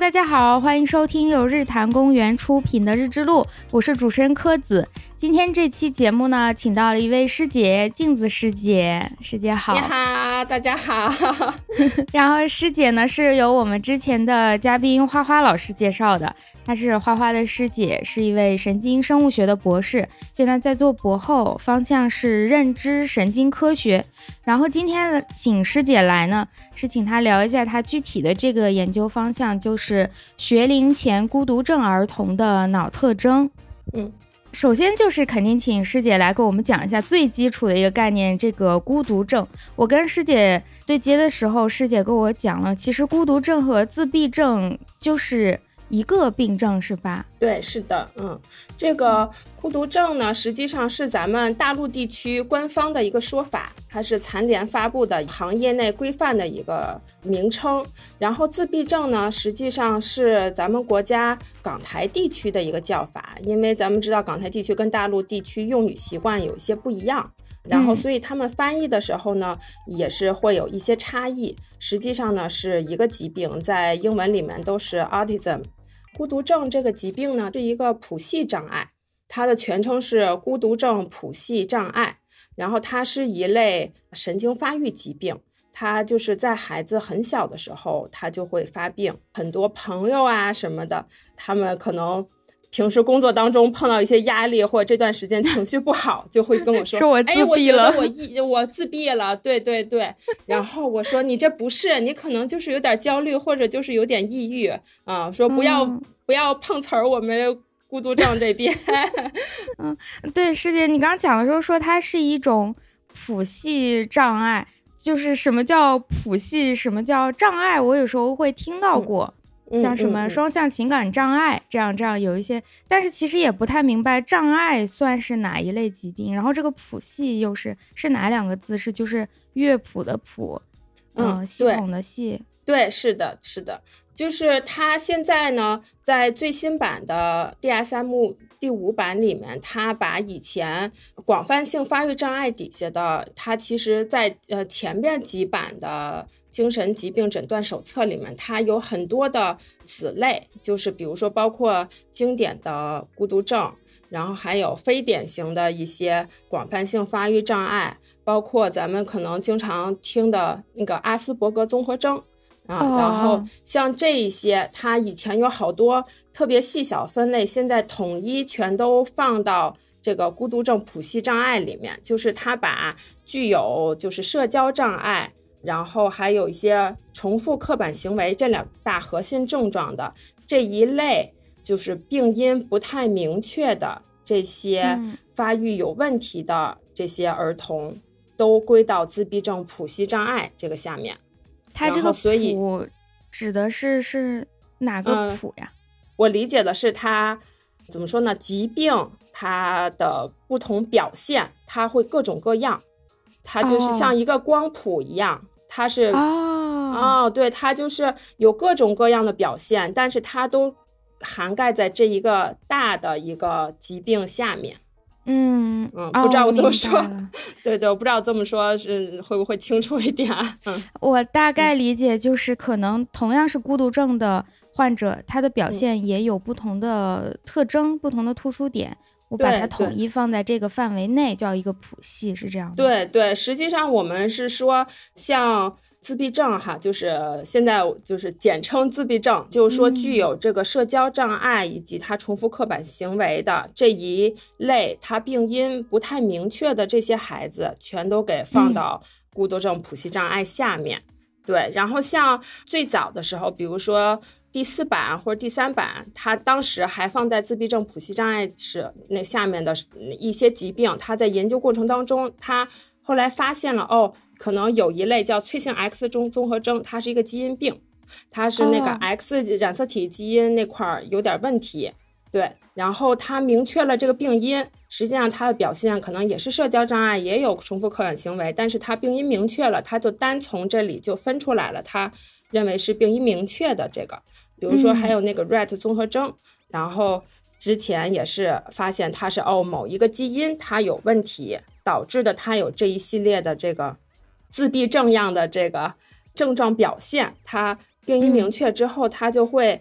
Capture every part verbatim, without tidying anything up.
大家好，欢迎收听由日坛公园出品的日之路，我是主持人柯子。今天这期节目呢，请到了一位师姐，镜子师姐。师姐好。 你好，大家好。 然后师姐呢，是由我们之前的嘉宾花花老师介绍的，她是花花的师姐，是一位神经生物学的博士，现在在做博后，方向是认知神经科学。然后今天请师姐来呢，是请她聊一下她具体的这个研究方向，就是学龄前孤独症儿童的脑特征。 嗯， 首先就是肯定请师姐来给我们讲一下最基础的一个概念，这个孤独症。我跟师姐对接的时候，师姐跟我讲了，其实孤独症和自闭症就是一个病症是吧？ 对，是的。嗯，这个孤独症呢，实际上是咱们大陆地区官方的一个说法，它是残联发布的行业内规范的一个名称。然后自闭症呢，实际上是咱们国家港台地区的一个叫法，因为咱们知道港台地区跟大陆地区用语习惯有一些不一样，然后所以他们翻译的时候呢，也是会有一些差异。实际上呢，是一个疾病，在英文里面都是 autism。孤独症这个疾病呢，是一个谱系障碍，它的全称是孤独症谱系障碍。然后它是一类神经发育疾病，它就是在孩子很小的时候，它就会发病。很多朋友啊什么的，他们可能平时工作当中碰到一些压力，或者这段时间情绪不好，就会跟我说说我自闭了， 哎，我觉得我我自闭了，对对对。然后我说你这不是，你可能就是有点焦虑，或者就是有点抑郁啊、呃。说不要、嗯、不要碰瓷儿，我们孤独症这边。 嗯，对，师姐，你刚刚讲的时候说它是一种谱系障碍，就是什么叫谱系，什么叫障碍，我有时候会听到过。嗯像什么双向情感障碍、嗯嗯、这样这样有一些，但是其实也不太明白障碍算是哪一类疾病，然后这个谱系又是是哪两个字？是就是乐谱的谱，嗯、呃，系统的系。 对，是的，是的，就是它现在呢，在最新版的 D S M 第五版里面，它把以前广泛性发育障碍底下的，它其实在呃前面几版的精神疾病诊断手册里面，它有很多的子类，就是比如说包括经典的孤独症，然后还有非典型的一些广泛性发育障碍，包括咱们可能经常听的那个阿斯伯格综合征啊，然后像这一些，它以前有好多特别细小分类，现在统一全都放到这个孤独症谱系障碍里面，就是它把具有就是社交障碍，然后还有一些重复刻板行为这两大核心症状的这一类，就是病因不太明确的这些发育有问题的这些儿童，嗯、都归到自闭症谱系障碍这个下面。 它这个谱指的是是哪个谱呀？ 嗯、我理解的是它怎么说呢？疾病它的不同表现，它会各种各样，它就是像一个光谱一样，哦、它是哦哦，对，它就是有各种各样的表现，但是它都涵盖在这一个大的一个疾病下面。 嗯嗯，不知道我这么说， 哦、 对对，我不知道这么说是会不会清楚一点。嗯， 我大概理解就是可能同样是孤独症的患者，他的表现也有不同的特征、嗯、不同的突出点，我把它统一放在这个范围内，叫一个谱系，是这样吗？ 对对，实际上我们是说像自闭症哈，就是现在就是简称自闭症，就是说具有这个社交障碍以及它重复刻板行为的这一类，它病因不太明确的这些孩子，全都给放到孤独症谱系障碍下面。嗯、对，然后像最早的时候，比如说第四版或者第三版，它当时还放在自闭症谱系障碍是那下面的一些疾病，它在研究过程当中，它后来发现了哦，可能有一类叫脆性 X 综综合征，它是一个基因病，它是那个 X 染色体基因那块有点问题，对，然后它明确了这个病因，实际上它的表现可能也是社交障碍，也有重复刻板行为，但是它病因明确了，它就单从这里就分出来了，它认为是病因明确的这个，比如说还有那个 Rett 综合征，嗯、然后之前也是发现它是哦某一个基因它有问题，导致的它有这一系列的这个自闭症样的这个症状表现，它病因明确之后，它就会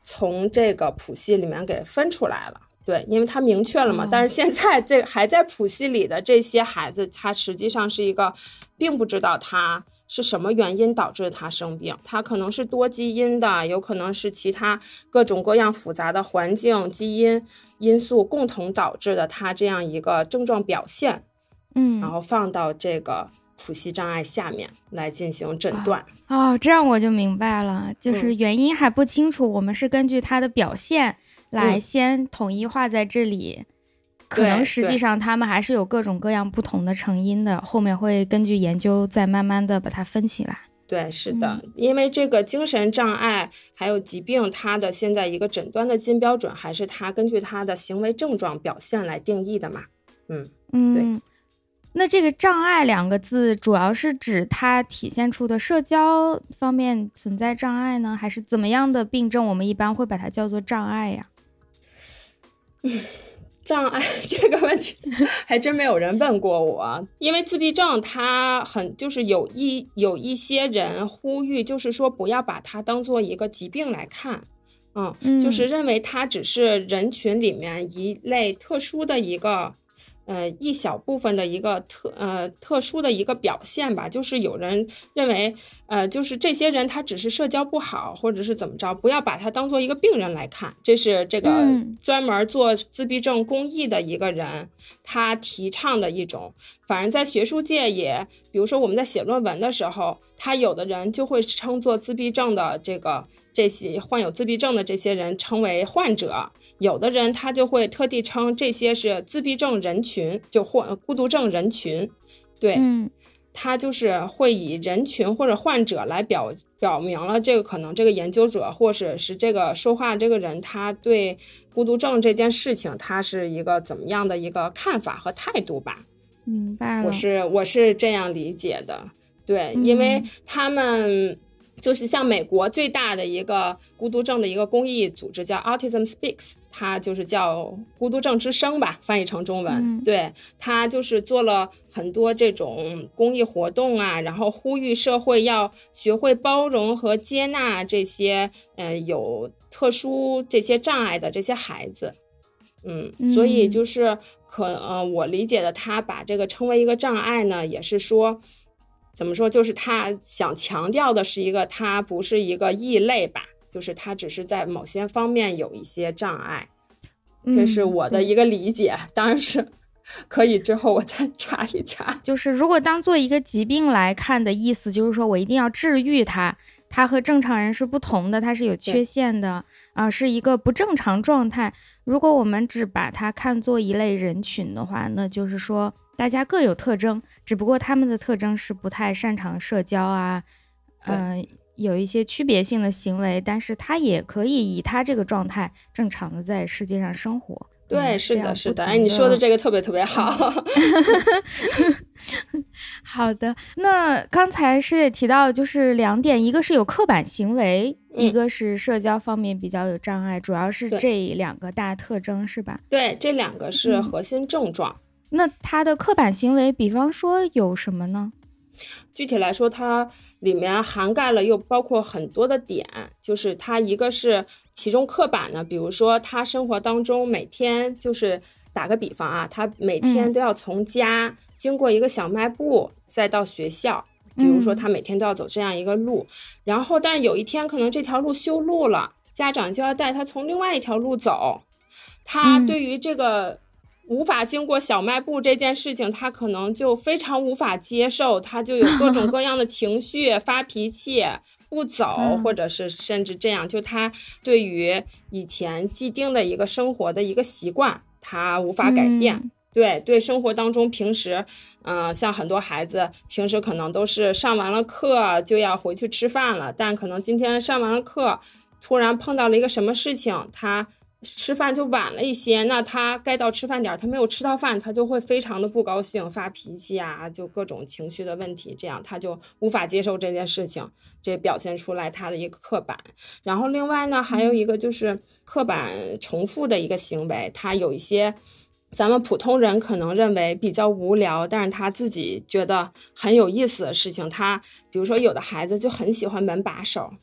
从这个谱系里面给分出来了。对，因为他明确了嘛， 哦、 但是现在这还在谱系里的这些孩子，他实际上是一个并不知道他是什么原因导致他生病，他可能是多基因的，有可能是其他各种各样复杂的环境基因因素共同导致的他这样一个症状表现， 嗯， 然后放到这个谱系障碍下面来进行诊断。 哦，哦这样我就明白了，就是原因还不清楚，嗯、我们是根据他的表现来先统一化在这里，嗯、可能实际上他们还是有各种各样不同的成因的，后面会根据研究再慢慢的把它分起来。 对，是的、嗯、因为这个精神障碍还有疾病，它的现在一个诊断的金标准还是它根据它的行为症状表现来定义的嘛。嗯嗯， 对。 那这个障碍两个字主要是指它体现出的社交方面存在障碍呢，还是怎么样的病症我们一般会把它叫做障碍呀？ 嗯，障碍这个问题还真没有人问过我，因为自闭症它很就是有一有一些人呼吁，就是说不要把它当做一个疾病来看，嗯， 嗯就是认为它只是人群里面一类特殊的一个。呃，一小部分的一个特呃特殊的一个表现吧，就是有人认为，呃，就是这些人他只是社交不好，或者是怎么着，不要把他当做一个病人来看。这是这个专门做自闭症公益的一个人，他提倡的一种。反正在学术界也，比如说我们在写论文的时候，他有的人就会称作自闭症的这个这些患有自闭症的这些人称为患者。有的人他就会特地称这些是自闭症人群，就或孤独症人群，对， 嗯， 他就是会以人群或者患者来表表明了这个可能这个研究者或者是这个说话这个人他对孤独症这件事情他是一个怎么样的一个看法和态度吧。 明白了， 我是我是这样理解的，对， 嗯、 因为他们。就是像美国最大的一个孤独症的一个公益组织叫 Autism Speaks， 它就是叫孤独症之声吧，翻译成中文、 嗯、 对，它就是做了很多这种公益活动啊，然后呼吁社会要学会包容和接纳这些呃有特殊这些障碍的这些孩子。嗯，所以就是可呃我理解的，他把这个称为一个障碍呢，也是说怎么说，就是他想强调的是一个他不是一个异类吧，就是他只是在某些方面有一些障碍，这是我的一个理解、嗯、当然是可以之后我再查一查。 就是如果当做一个疾病来看的意思，就是说我一定要治愈它，它和正常人是不同的，它是有缺陷的啊、呃，是一个不正常状态。如果我们只把它看作一类人群的话，那就是说大家各有特征，只不过他们的特征是不太擅长社交啊，嗯、呃，有一些区别性的行为，但是他也可以以他这个状态正常的在世界上生活。 对、 嗯、 是的是的，哎，你说的这个特别特别好。 好的，那刚才师姐提到就是两点，一个是有刻板行为、嗯、一个是社交方面比较有障碍，主要是这两个大特征是吧？ 对，这两个是核心症状、 嗯、那它的刻板行为比方说有什么呢？ 具体来说，它里面涵盖了又包括很多的点，就是它一个是其中刻板呢，比如说他生活当中每天就是打个比方啊，他每天都要从家经过一个小卖部、嗯、再到学校，比如说他每天都要走这样一个路、嗯、然后但是有一天可能这条路修路了，家长就要带他从另外一条路走，他对于这个、嗯无法经过小卖部这件事情，他可能就非常无法接受，他就有各种各样的情绪发脾气不走、嗯、或者是甚至这样，就他对于以前既定的一个生活的一个习惯他无法改变、嗯、对对，生活当中平时嗯、呃，像很多孩子平时可能都是上完了课就要回去吃饭了，但可能今天上完了课突然碰到了一个什么事情，他吃饭就晚了一些，那他该到吃饭点他没有吃到饭，他就会非常的不高兴发脾气啊，就各种情绪的问题，这样他就无法接受这件事情，这表现出来他的一个刻板。然后另外呢还有一个就是刻板重复的一个行为，他有一些咱们普通人可能认为比较无聊，但是他自己觉得很有意思的事情，他比如说有的孩子就很喜欢门把手，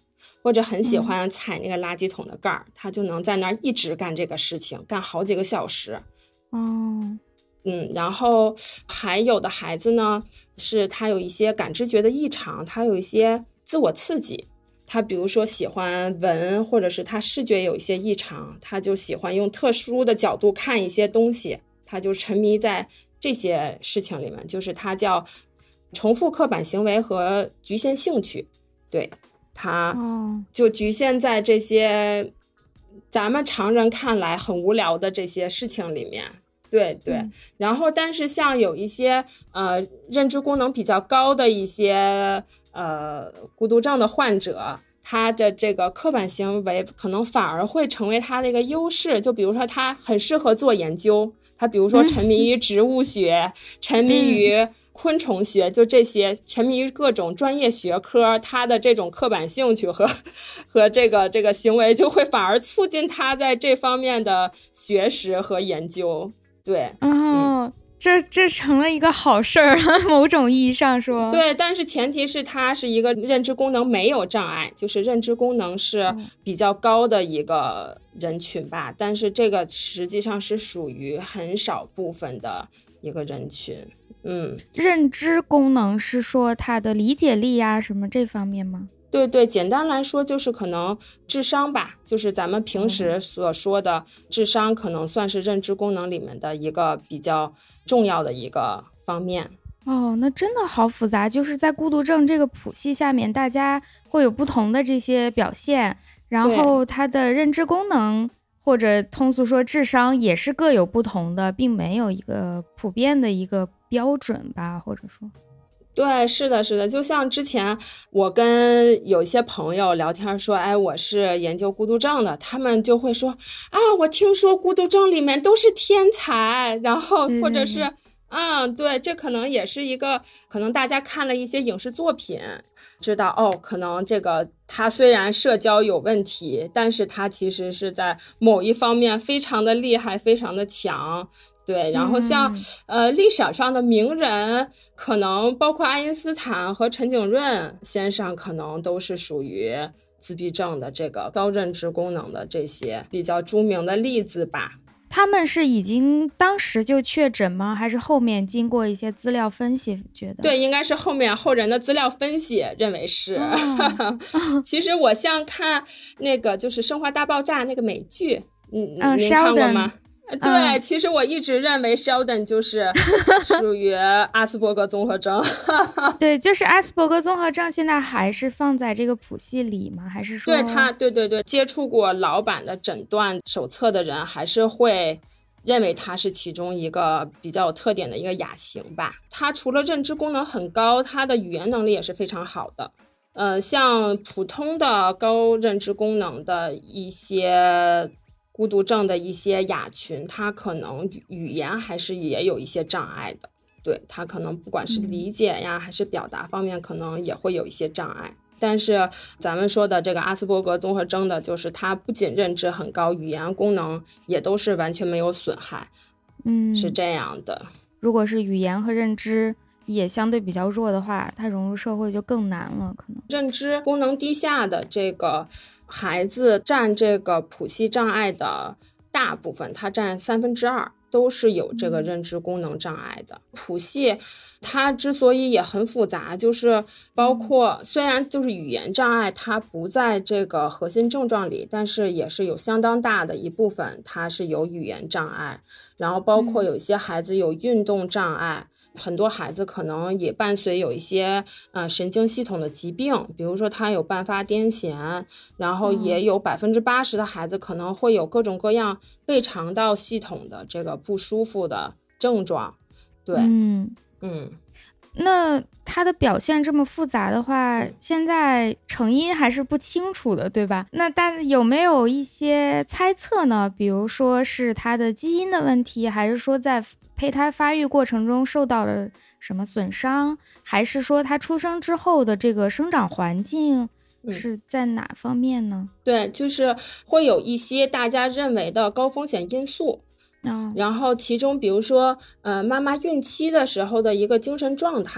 或者很喜欢踩那个垃圾桶的盖儿、嗯、他就能在那儿一直干这个事情，干好几个小时。 哦， 嗯，然后还有的孩子呢，是他有一些感知觉的异常，他有一些自我刺激，他比如说喜欢闻，或者是他视觉有一些异常，他就喜欢用特殊的角度看一些东西，他就沉迷在这些事情里面，就是他叫重复刻板行为和局限兴趣。对，他就局限在这些咱们常人看来很无聊的这些事情里面。对对、嗯、然后但是像有一些呃认知功能比较高的一些呃孤独症的患者，他的这个刻板行为可能反而会成为他的一个优势，就比如说他很适合做研究，他比如说沉迷于植物学、嗯、沉迷于昆虫学，就这些沉迷于各种专业学科，他的这种刻板兴趣和和这个这个行为就会反而促进他在这方面的学识和研究。对， 哦，嗯、这这成了一个好事儿，某种意义上说。 对，但是前提是他是一个认知功能没有障碍，就是认知功能是比较高的一个人群吧，嗯、但是这个实际上是属于很少部分的一个人群。嗯， 认知功能是说他的理解力啊什么这方面吗？ 对对，简单来说就是可能智商吧，就是咱们平时所说的智商可能算是认知功能里面的一个比较重要的一个方面。 哦，那真的好复杂，就是在孤独症这个谱系下面，大家会有不同的这些表现，然后他的认知功能或者通俗说智商也是各有不同的，并没有一个普遍的一个标准吧，或者说。 对，是的，是的，就像之前我跟有一些朋友聊天说，哎，我是研究孤独症的，他们就会说啊，我听说孤独症里面都是天才，然后或者是嗯，对，这可能也是一个，可能大家看了一些影视作品，知道哦，可能这个他虽然社交有问题，但是他其实是在某一方面非常的厉害，非常的强。对，然后像、嗯、呃历史上的名人，可能包括爱因斯坦和陈景润先生，可能都是属于自闭症的这个高认知功能的这些比较著名的例子吧。 他们是已经当时就确诊吗？还是后面经过一些资料分析觉得？ 对，应该是后面后人的资料分析认为是。哦、其实我像看那个就是《生活大爆炸》那个美剧，嗯， 嗯您看过吗？对、 嗯， 其实我一直认为 Sheldon 就是属于阿斯伯格综合症。 对，就是阿斯伯格综合症现在还是放在这个谱系里吗？还是说对他对对对接触过老版的诊断手册的人还是会认为他是其中一个比较有特点的一个亚型吧。他除了认知功能很高，他的语言能力也是非常好的。呃，像普通的高认知功能的一些孤独症的一些亚群，他可能语言还是也有一些障碍的。对，他可能不管是理解呀、嗯、还是表达方面可能也会有一些障碍。但是咱们说的这个阿斯伯格综合征的，就是他不仅认知很高，语言功能也都是完全没有损害。 嗯， 是这样的。 如果是语言和认知也相对比较弱的话，他融入社会就更难了。可能认知功能低下的这个孩子占这个谱系障碍的大部分，他占三分之二都是有这个认知功能障碍的。谱系它之所以也很复杂，就是包括虽然就是语言障碍它不在这个核心症状里，但是也是有相当大的一部分它是有语言障碍，然后包括有一些孩子有运动障碍，很多孩子可能也伴随有一些呃神经系统的疾病，比如说他有伴发癫痫，然后也有百分之八十的孩子可能会有各种各样胃肠道系统的这个不舒服的症状。对， 嗯嗯， 那他的表现这么复杂的话，现在成因还是不清楚的，对吧？那但有没有一些猜测呢？比如说是他的基因的问题，还是说在胚胎发育过程中受到了什么损伤，还是说他出生之后的这个生长环境是在哪方面呢？ 嗯、对，就是会有一些大家认为的高风险因素。 哦、 然后其中比如说呃，妈妈孕期的时候的一个精神状态，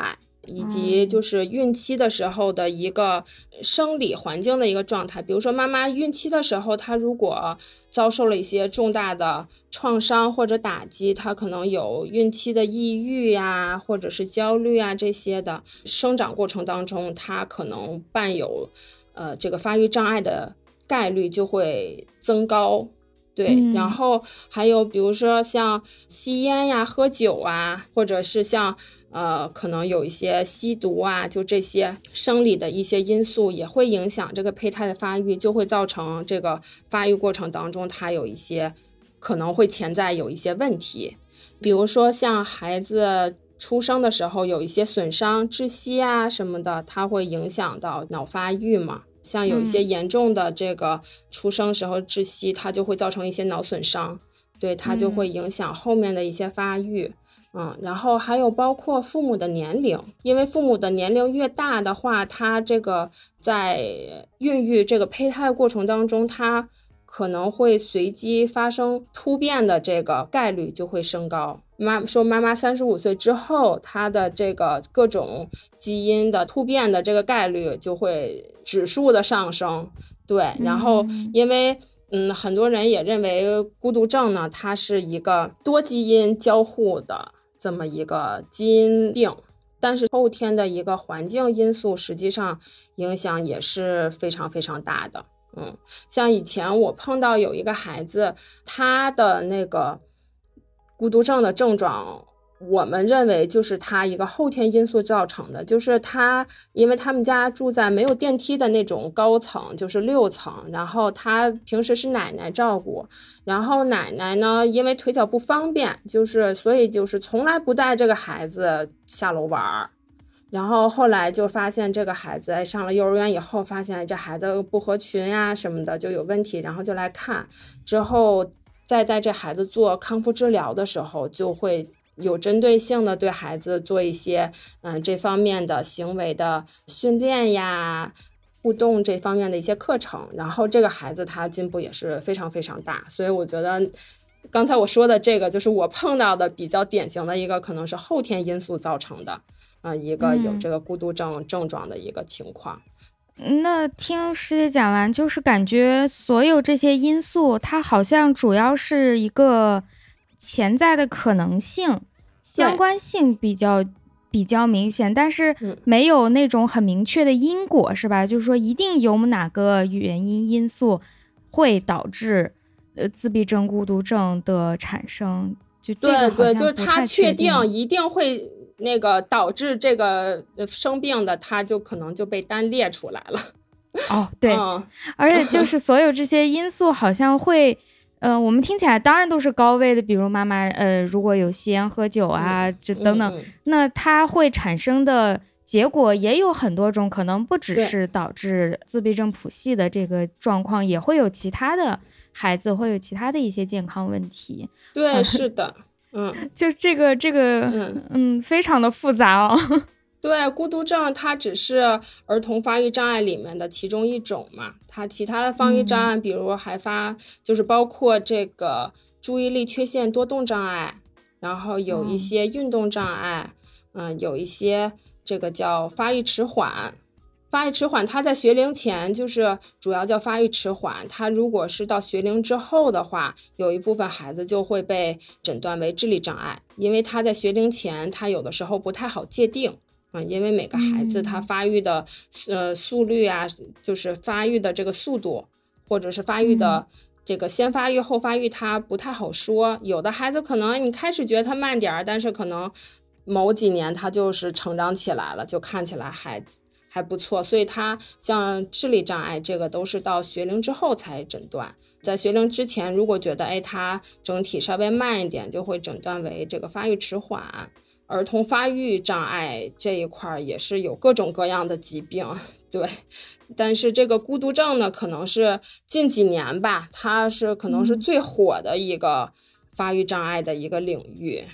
以及就是孕期的时候的一个生理环境的一个状态。比如说妈妈孕期的时候，她如果遭受了一些重大的创伤或者打击，她可能有孕期的抑郁呀，或者是焦虑啊这些的，生长过程当中她可能伴有呃这个发育障碍的概率就会增高。对、嗯，然后还有比如说像吸烟呀、喝酒啊，或者是像呃可能有一些吸毒啊，就这些生理的一些因素也会影响这个胚胎的发育，就会造成这个发育过程当中它有一些可能会潜在有一些问题。比如说像孩子出生的时候有一些损伤、窒息啊什么的，它会影响到脑发育嘛。像有一些严重的这个出生时候窒息、嗯、它就会造成一些脑损伤，对，它就会影响后面的一些发育。嗯, 嗯，然后还有包括父母的年龄，因为父母的年龄越大的话，他这个在孕育这个胚胎的过程当中，他可能会随机发生突变的这个概率就会升高。妈说妈妈三十五岁之后，她的这个各种基因的突变的这个概率就会指数的上升。对，然后因为嗯很多人也认为孤独症呢，它是一个多基因交互的这么一个基因病，但是后天的一个环境因素实际上影响也是非常非常大的。嗯，像以前我碰到有一个孩子，他的那个孤独症的症状，我们认为就是他一个后天因素造成的，就是他因为他们家住在没有电梯的那种高层，就是六层，然后他平时是奶奶照顾，然后奶奶呢因为腿脚不方便，就是所以就是从来不带这个孩子下楼玩。然后后来就发现这个孩子上了幼儿园以后，发现这孩子不合群呀、啊、什么的就有问题，然后就来看，之后再带这孩子做康复治疗的时候，就会有针对性的对孩子做一些嗯这方面的行为的训练呀、互动这方面的一些课程，然后这个孩子他进步也是非常非常大。所以我觉得刚才我说的这个就是我碰到的比较典型的一个可能是后天因素造成的呃，一个有这个孤独症症状的一个情况。 嗯、那听师姐讲完，就是感觉所有这些因素它好像主要是一个潜在的可能性，相关性比较比较明显，但是没有那种很明确的因果、嗯、是吧？就是说一定有哪个原因因素会导致呃自闭症孤独症的产生，就这个好像不太确定。 对对，就是他确定一定会那个导致这个生病的，他就可能就被单列出来了。 哦，对、嗯，而且就是所有这些因素好像会，呃，我们听起来当然都是高危的，比如妈妈，呃，如果有吸烟、喝酒啊，就等等，嗯嗯、那它会产生的结果也有很多种，可能不只是导致自闭症谱系的这个状况，也会有其他的孩子会有其他的一些健康问题。 对，嗯、是的。嗯， 就这个这个嗯嗯非常的复杂哦。 对，孤独症它只是儿童发育障碍里面的其中一种嘛，它其他的发育障碍、嗯、比如还发就是包括这个注意力缺陷多动障碍，然后有一些运动障碍， 嗯, 嗯有一些这个叫发育迟缓。发育迟缓它在学龄前就是主要叫发育迟缓，它如果是到学龄之后的话，有一部分孩子就会被诊断为智力障碍，因为他在学龄前他有的时候不太好界定、嗯、因为每个孩子他发育的、嗯、呃速率啊，就是发育的这个速度或者是发育的这个先发育后发育他不太好说，有的孩子可能你开始觉得他慢点，但是可能某几年他就是成长起来了，就看起来还还不错，所以他像智力障碍这个都是到学龄之后才诊断，在学龄之前如果觉得哎他整体稍微慢一点，就会诊断为这个发育迟缓。儿童发育障碍这一块也是有各种各样的疾病，对，但是这个孤独症呢可能是近几年吧，它是可能是最火的一个发育障碍的一个领域。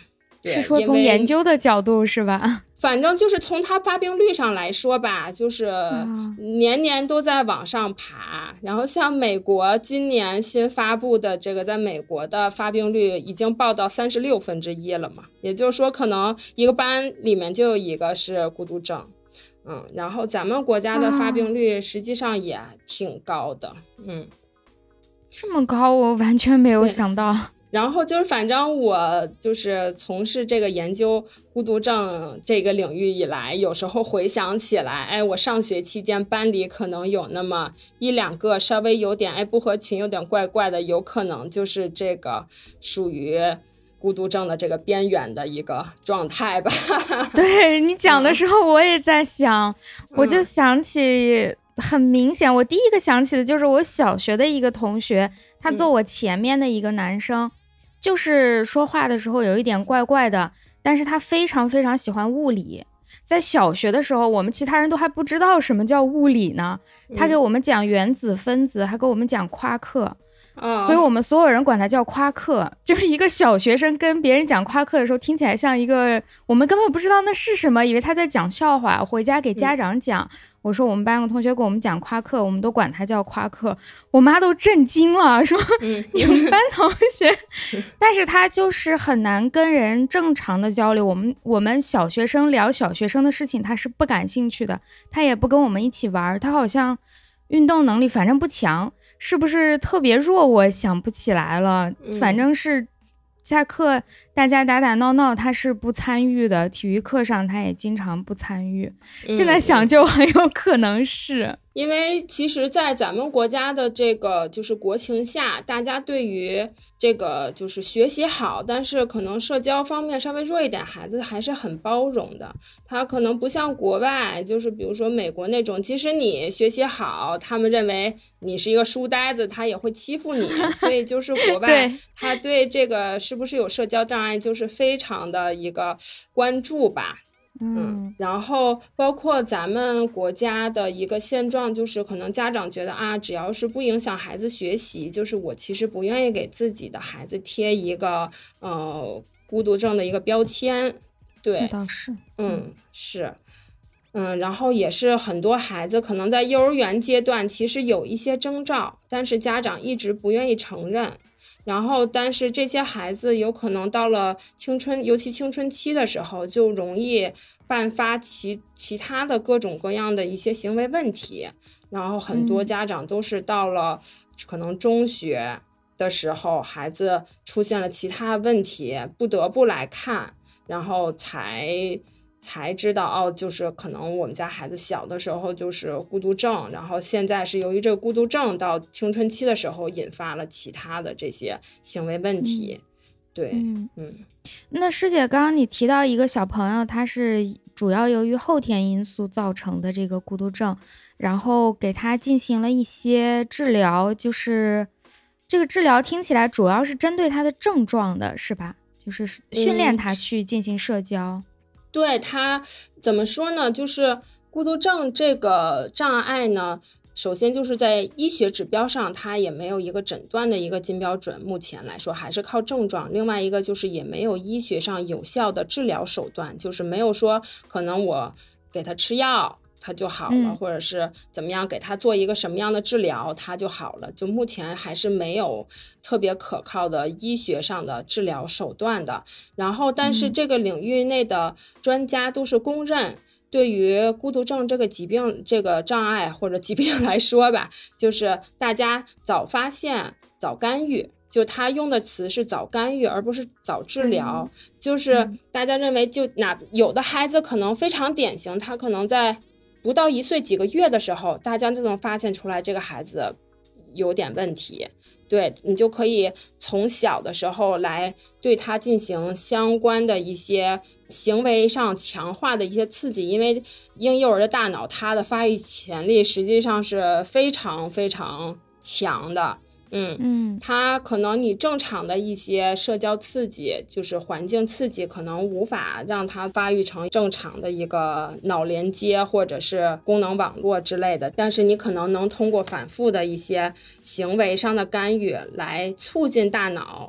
对， 是说从研究的角度是吧？ 反正就是从它发病率上来说吧，就是年年都在往上爬。然后像美国今年新发布的这个，在美国的发病率已经报到三十六分之一了嘛，也就是说可能一个班里面就有一个是孤独症。嗯，然后咱们国家的发病率实际上也挺高的。嗯， 这么高，我完全没有想到。 然后就是反正我就是从事这个研究孤独症这个领域以来，有时候回想起来，哎，我上学期间班里可能有那么一两个稍微有点哎不合群，有点怪怪的，有可能就是这个属于孤独症的这个边缘的一个状态吧。 对，你讲的时候我也在想、嗯、我就想起很明显，我第一个想起的就是我小学的一个同学，他坐我前面的一个男生、嗯、就是说话的时候有一点怪怪的，但是他非常非常喜欢物理。在小学的时候，我们其他人都还不知道什么叫物理呢，他给我们讲原子分子，还给我们讲夸克、哦、所以我们所有人管他叫夸克。就是一个小学生跟别人讲夸克的时候，听起来像一个我们根本不知道那是什么，以为他在讲笑话，回家给家长讲、嗯、我说我们班有个同学给我们讲夸克，我们都管他叫夸克，我妈都震惊了，说、嗯、你们班同学、嗯、但是他就是很难跟人正常的交流。我们我们小学生聊小学生的事情他是不感兴趣的，他也不跟我们一起玩，他好像运动能力反正不强，是不是特别弱我想不起来了、嗯、反正是下课大家打打闹闹他是不参与的，体育课上他也经常不参与、嗯、现在想就很有可能是因为其实在咱们国家的这个就是国情下，大家对于这个就是学习好但是可能社交方面稍微弱一点孩子还是很包容的。他可能不像国外，就是比如说美国那种，即使你学习好他们认为你是一个书呆子他也会欺负你。所以就是国外他对这个是不是有社交障碍就是非常的一个关注吧。嗯，然后包括咱们国家的一个现状，就是可能家长觉得啊，只要是不影响孩子学习，就是我其实不愿意给自己的孩子贴一个呃孤独症的一个标签。对， 那倒是， 嗯，是，嗯，然后也是很多孩子可能在幼儿园阶段其实有一些征兆，但是家长一直不愿意承认。然后但是这些孩子有可能到了青春，尤其青春期的时候，就容易伴发其其他的各种各样的一些行为问题。然后很多家长都是到了可能中学的时候、嗯、孩子出现了其他问题，不得不来看，然后才才知道哦，就是可能我们家孩子小的时候就是孤独症，然后现在是由于这个孤独症到青春期的时候引发了其他的这些行为问题。嗯、对，嗯嗯。 那师姐，刚刚你提到一个小朋友，他是主要由于后天因素造成的这个孤独症，然后给他进行了一些治疗，就是这个治疗听起来主要是针对他的症状的，是吧？就是训练他去进行社交。嗯， 对，他怎么说呢，就是孤独症这个障碍呢，首先就是在医学指标上它也没有一个诊断的一个金标准，目前来说还是靠症状。另外一个就是也没有医学上有效的治疗手段，就是没有说可能我给他吃药他就好了、嗯、或者是怎么样给他做一个什么样的治疗他就好了，就目前还是没有特别可靠的医学上的治疗手段的。然后但是这个领域内的专家都是公认，对于孤独症这个疾病这个障碍或者疾病来说吧，就是大家早发现早干预，就他用的词是早干预而不是早治疗、嗯、就是大家认为就哪有的孩子可能非常典型，他可能在不到一岁几个月的时候大家就能发现出来这个孩子有点问题，对，你就可以从小的时候来对他进行相关的一些行为上强化的一些刺激，因为婴幼儿的大脑它的发育潜力实际上是非常非常强的。嗯嗯，它可能你正常的一些社交刺激，就是环境刺激，可能无法让它发育成正常的一个脑连接或者是功能网络之类的，但是你可能能通过反复的一些行为上的干预来促进大脑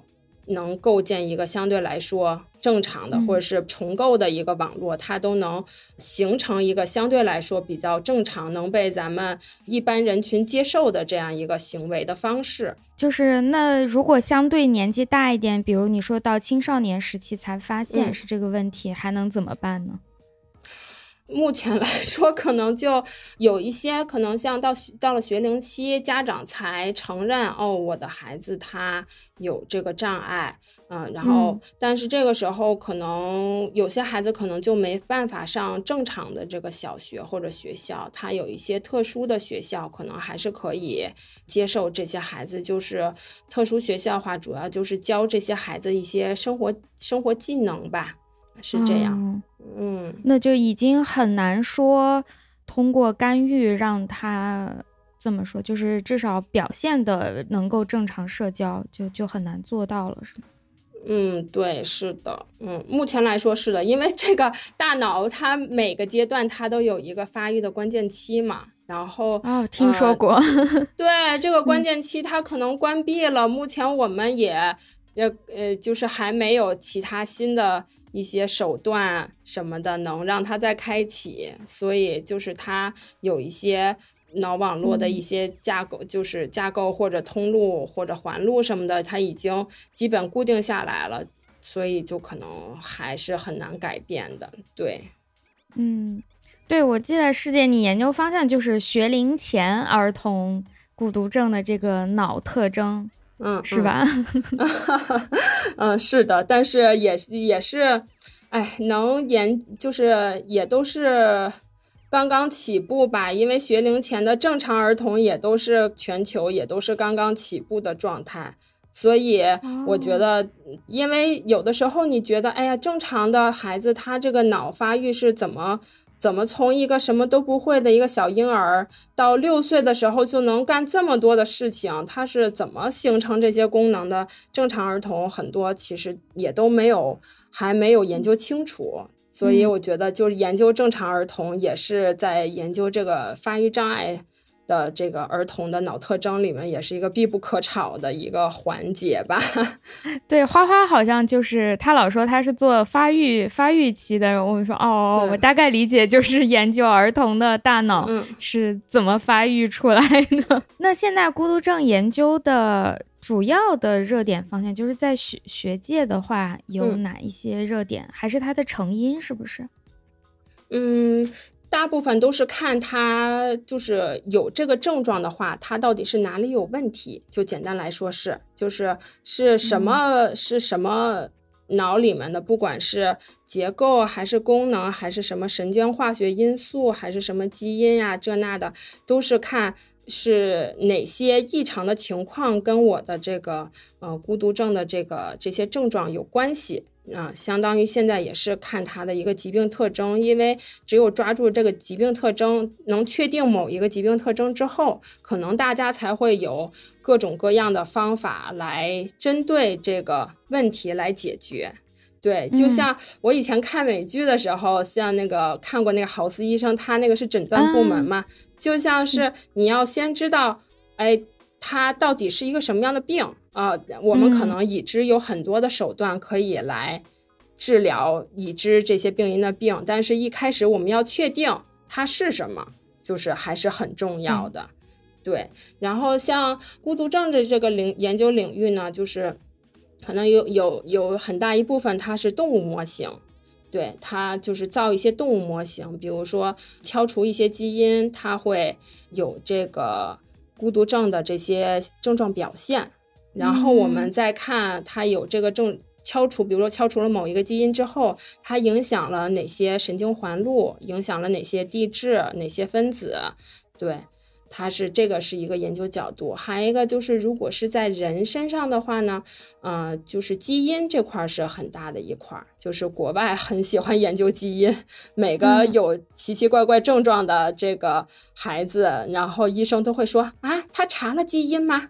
能构建一个相对来说正常的或者是重构的一个网络，它都能形成一个相对来说比较正常能被咱们一般人群接受的这样一个行为的方式。 就是那如果相对年纪大一点，比如你说到青少年时期才发现是这个问题、嗯、还能怎么办呢？ 目前来说可能就有一些可能像到到了学龄期，家长才承认哦，我的孩子他有这个障碍，嗯，然后、嗯、但是这个时候可能有些孩子可能就没办法上正常的这个小学或者学校，他有一些特殊的学校可能还是可以接受这些孩子，就是特殊学校的话主要就是教这些孩子一些生活生活技能吧，是这样。嗯嗯， 那就已经很难说通过干预让他这么说，就是至少表现的能够正常社交，就就很难做到了，是吗？ 嗯，对，是的，嗯，目前来说是的，因为这个大脑它每个阶段它都有一个发育的关键期嘛，然后哦，听说过， 呃、对，这个关键期它可能关闭了，嗯、目前我们也呃呃，就是还没有其他新的一些手段什么的能让它再开启，所以就是它有一些脑网络的一些架构、嗯、就是架构或者通路或者环路什么的，它已经基本固定下来了，所以就可能还是很难改变的。对， 嗯，对，我记得师姐你研究方向就是学龄前儿童孤独症的这个脑特征， 嗯， 是吧？ 嗯，是的，但是也也是，哎，能研就是也都是刚刚起步吧，因为学龄前的正常儿童也都是全球也都是刚刚起步的状态，所以我觉得，因为有的时候你觉得，哎呀，正常的孩子他这个脑发育是怎么？怎么从一个什么都不会的一个小婴儿到六岁的时候就能干这么多的事情，他是怎么形成这些功能的？正常儿童很多其实也都没有，还没有研究清楚，所以我觉得就是研究正常儿童也是在研究这个发育障碍的这个儿童的脑特征里面，也是一个必不可少的一个环节吧。 对，花花好像就是他老说他是做发育发育期的，我说哦，我大概理解就是研究儿童的大脑是怎么发育出来的。嗯、那现在孤独症研究的主要的热点方向，就是在学学界的话，有哪一些热点？嗯、还是它的成因是不是？ 嗯。大部分都是看他就是有这个症状的话，他到底是哪里有问题，就简单来说是就是是什么、嗯、是什么脑里面的，不管是结构还是功能还是什么神经化学因素还是什么基因呀、啊、这那的，都是看是哪些异常的情况跟我的这个呃孤独症的这个这些症状有关系啊、呃，相当于现在也是看它的一个疾病特征，因为只有抓住这个疾病特征，能确定某一个疾病特征之后，可能大家才会有各种各样的方法来针对这个问题来解决。对，就像我以前看美剧的时候、嗯、像那个看过那个豪斯医生，他那个是诊断部门嘛、嗯、就像是你要先知道哎，他到底是一个什么样的病啊、呃？我们可能已知有很多的手段可以来治疗已知这些病因的病，但是一开始我们要确定它是什么，就是还是很重要的、嗯、对。然后像孤独症的这个领研究领域呢，就是可能有有有很大一部分它是动物模型，对，它就是造一些动物模型，比如说敲除一些基因，它会有这个孤独症的这些症状表现，然后我们再看它有这个症敲除，比如说敲除了某一个基因之后，它影响了哪些神经环路，影响了哪些地质，哪些分子，对。它是这个是一个研究角度，还有一个就是如果是在人身上的话呢，呃，就是基因这块是很大的一块，就是国外很喜欢研究基因，每个有奇奇怪怪症状的这个孩子，嗯、然后医生都会说啊，他查了基因吗？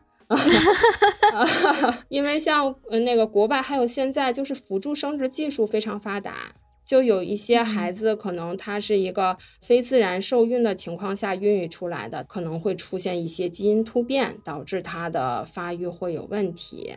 因为像那个国外还有现在就是辅助生殖技术非常发达。就有一些孩子可能他是一个非自然受孕的情况下孕育出来的，可能会出现一些基因突变，导致他的发育会有问题。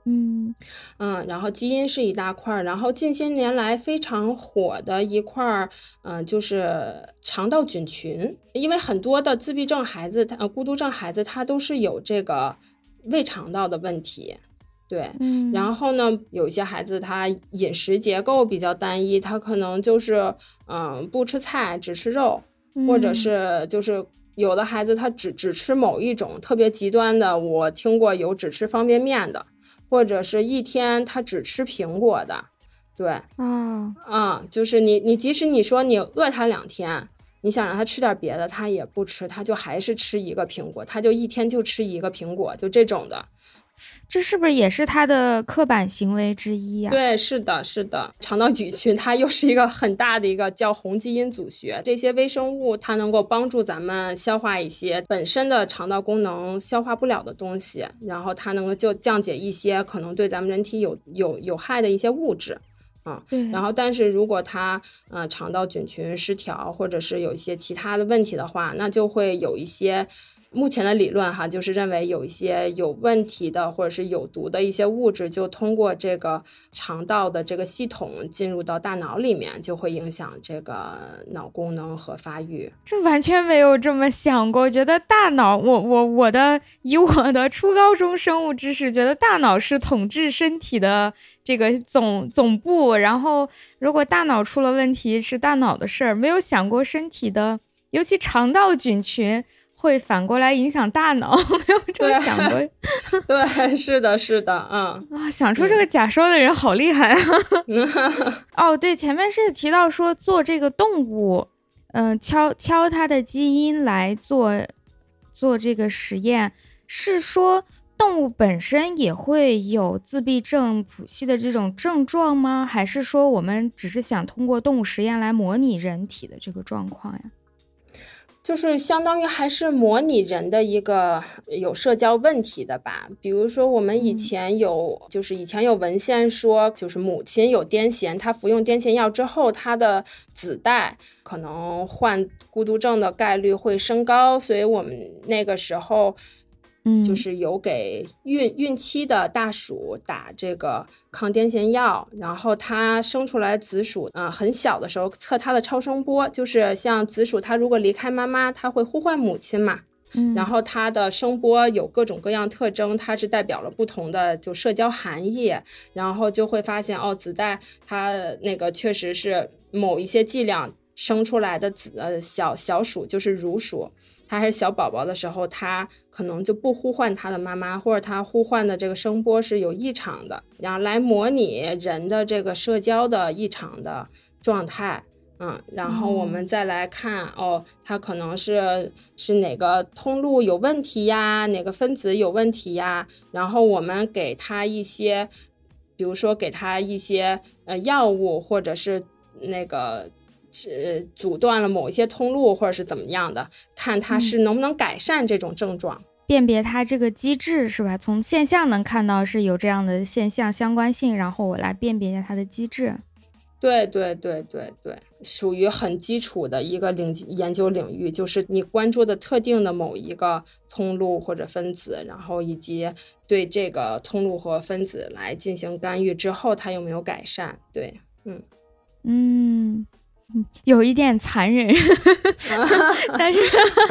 嗯嗯，然后基因是一大块，然后近些年来非常火的一块，嗯、呃，就是肠道菌群，因为很多的自闭症孩子，他、呃、孤独症孩子，他都是有这个胃肠道的问题。对， 嗯， 然后呢，有一些孩子他饮食结构比较单一，他可能就是嗯不吃菜只吃肉， 嗯、 或者是就是有的孩子他只只吃某一种特别极端的，我听过有只吃方便面的，或者是一天他只吃苹果的。对，啊、 哦， 嗯，就是你你即使你说你饿他两天，你想让他吃点别的，他也不吃，他就还是吃一个苹果，他就一天就吃一个苹果，就这种的。 这是不是也是他的刻板行为之一呀？ 对，是的，是的。肠道菌群它又是一个很大的一个叫红基因组学，这些微生物它能够帮助咱们消化一些本身的肠道功能消化不了的东西，然后它能够就降解一些可能对咱们人体有有有害的一些物质。啊、嗯，然后但是如果它呃肠道菌群失调，或者是有一些其他的问题的话，那就会有一些目前的理论哈，就是认为有一些有问题的或者是有毒的一些物质，就通过这个肠道的这个系统进入到大脑里面，就会影响这个脑功能和发育。 这完全没有这么想过，觉得大脑，我我我的以我的初高中生物知识，觉得大脑是统治身体的这个总总部，然后如果大脑出了问题是大脑的事儿，没有想过身体的，尤其肠道菌群会反过来影响大脑，没有这么想过。 对，是的，是的，嗯啊，想出这个假说的人好厉害啊！哦，对，前面是提到说做这个动物，嗯、呃，敲敲它的基因来做做这个实验，是说动物本身也会有自闭症谱系的这种症状吗？还是说我们只是想通过动物实验来模拟人体的这个状况呀？ 就是相当于还是模拟人的一个有社交问题的吧。比如说我们以前有、嗯、就是以前有文献说，就是母亲有癫痫，她服用癫痫药之后，她的子代可能患孤独症的概率会升高，所以我们那个时候就是有给孕孕期的大鼠打这个抗癫痫药，然后它生出来子鼠，嗯、呃，很小的时候测它的超声波，就是像子鼠它如果离开妈妈，它会呼唤母亲嘛，嗯，然后它的声波有各种各样特征，它是代表了不同的就社交含义，然后就会发现哦，子代它那个确实是某一些剂量生出来的子呃小小鼠就是乳鼠。他还是小宝宝的时候，他可能就不呼唤他的妈妈，或者他呼唤的这个声波是有异常的，然后来模拟人的这个社交的异常的状态。嗯，然后我们再来看、嗯、哦，他可能是是哪个通路有问题呀，哪个分子有问题呀，然后我们给他一些，比如说给他一些呃药物，或者是那个是阻断了某一些通路，或者是怎么样的，看它是能不能改善这种症状、嗯、 辨别它这个机制是吧？从现象能看到是有这样的现象相关性，然后我来辨别一下它的机制。 对对对对对，属于很基础的一个领研究领域，就是你关注的特定的某一个通路或者分子，然后以及对这个通路和分子来进行干预之后它有没有改善。对，嗯嗯有一点残忍但是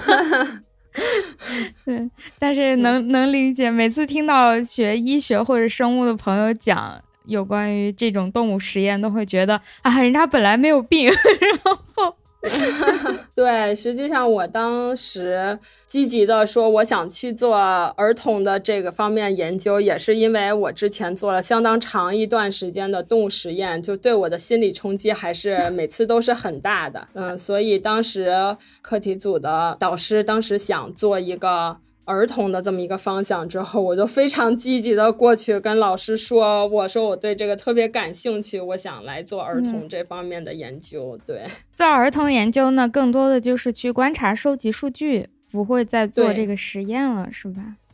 对，但是能能理解。每次听到学医学或者生物的朋友讲有关于这种动物实验，都会觉得啊，人家本来没有病然后对，实际上我当时积极的说我想去做儿童的这个方面研究，也是因为我之前做了相当长一段时间的动物实验，就对我的心理冲击还是每次都是很大的。嗯，所以当时课题组的导师当时想做一个儿童的这么一个方向之后，我就非常积极的过去跟老师说，我说我对这个特别感兴趣，我想来做儿童这方面的研究。嗯、对， 做儿童研究呢，更多的就是去观察收集数据，不会再做这个实验了，是吧？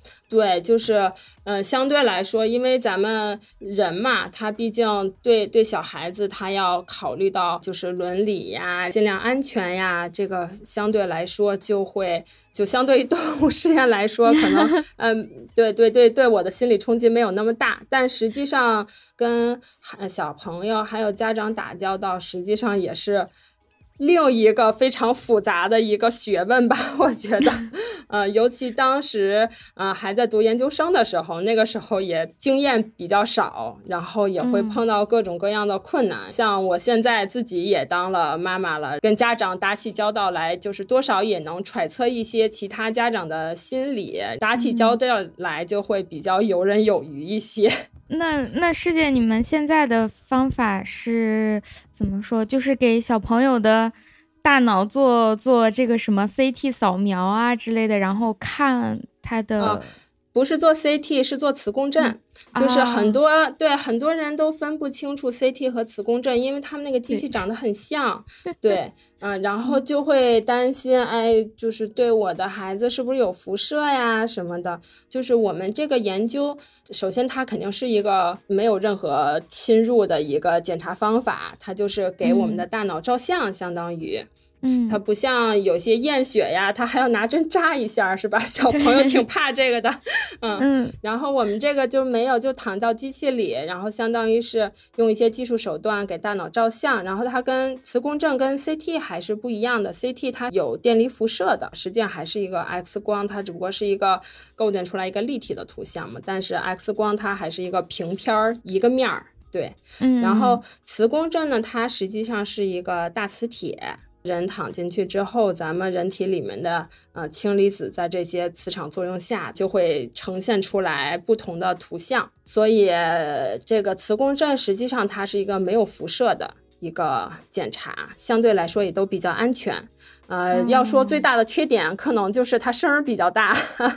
对，就是呃，相对来说，因为咱们人嘛，他毕竟对对小孩子，他要考虑到就是伦理呀、尽量安全呀，这个相对来说就会就相对于动物实验来说，可能嗯，对对对对，我的心理冲击没有那么大，但实际上跟小朋友还有家长打交道，实际上也是另一个非常复杂的一个学问吧，我觉得，呃，尤其当时呃还在读研究生的时候，那个时候也经验比较少，然后也会碰到各种各样的困难。嗯、像我现在自己也当了妈妈了，跟家长打起交道来，就是多少也能揣测一些其他家长的心理，打起交道来就会比较游刃有余一些。 那那师姐，你们现在的方法是怎么说？就是给小朋友的大脑做做这个什么 C T 扫描啊之类的，然后看他的、 呃、不是做 C T， 是做磁共振、嗯、就是很多、啊、对很多人都分不清楚 C T 和磁共振，因为他们那个机器长得很像，对，对嗯、呃，然后就会担心，哎，就是对我的孩子是不是有辐射呀什么的。就是我们这个研究，首先它肯定是一个没有任何侵入的一个检查方法，它就是给我们的大脑照相，嗯、相当于。嗯，它不像有些验血呀，它还要拿针扎一下，是吧？小朋友挺怕这个的，嗯嗯。然后我们这个就没有，就躺到机器里，然后相当于是用一些技术手段给大脑照相。然后它跟磁共振跟 C T 还是不一样的 ，C T 它有电离辐射的，实际上还是一个 X 光，它只不过是一个构建出来一个立体的图像嘛。但是 X 光它还是一个平片儿一个面儿，对，嗯。然后磁共振呢，它实际上是一个大磁铁。人躺进去之后，咱们人体里面的呃氢离子在这些磁场作用下就会呈现出来不同的图像，所以这个磁共振实际上它是一个没有辐射的一个检查，相对来说也都比较安全。呃，嗯、要说最大的缺点，可能就是它声儿比较大。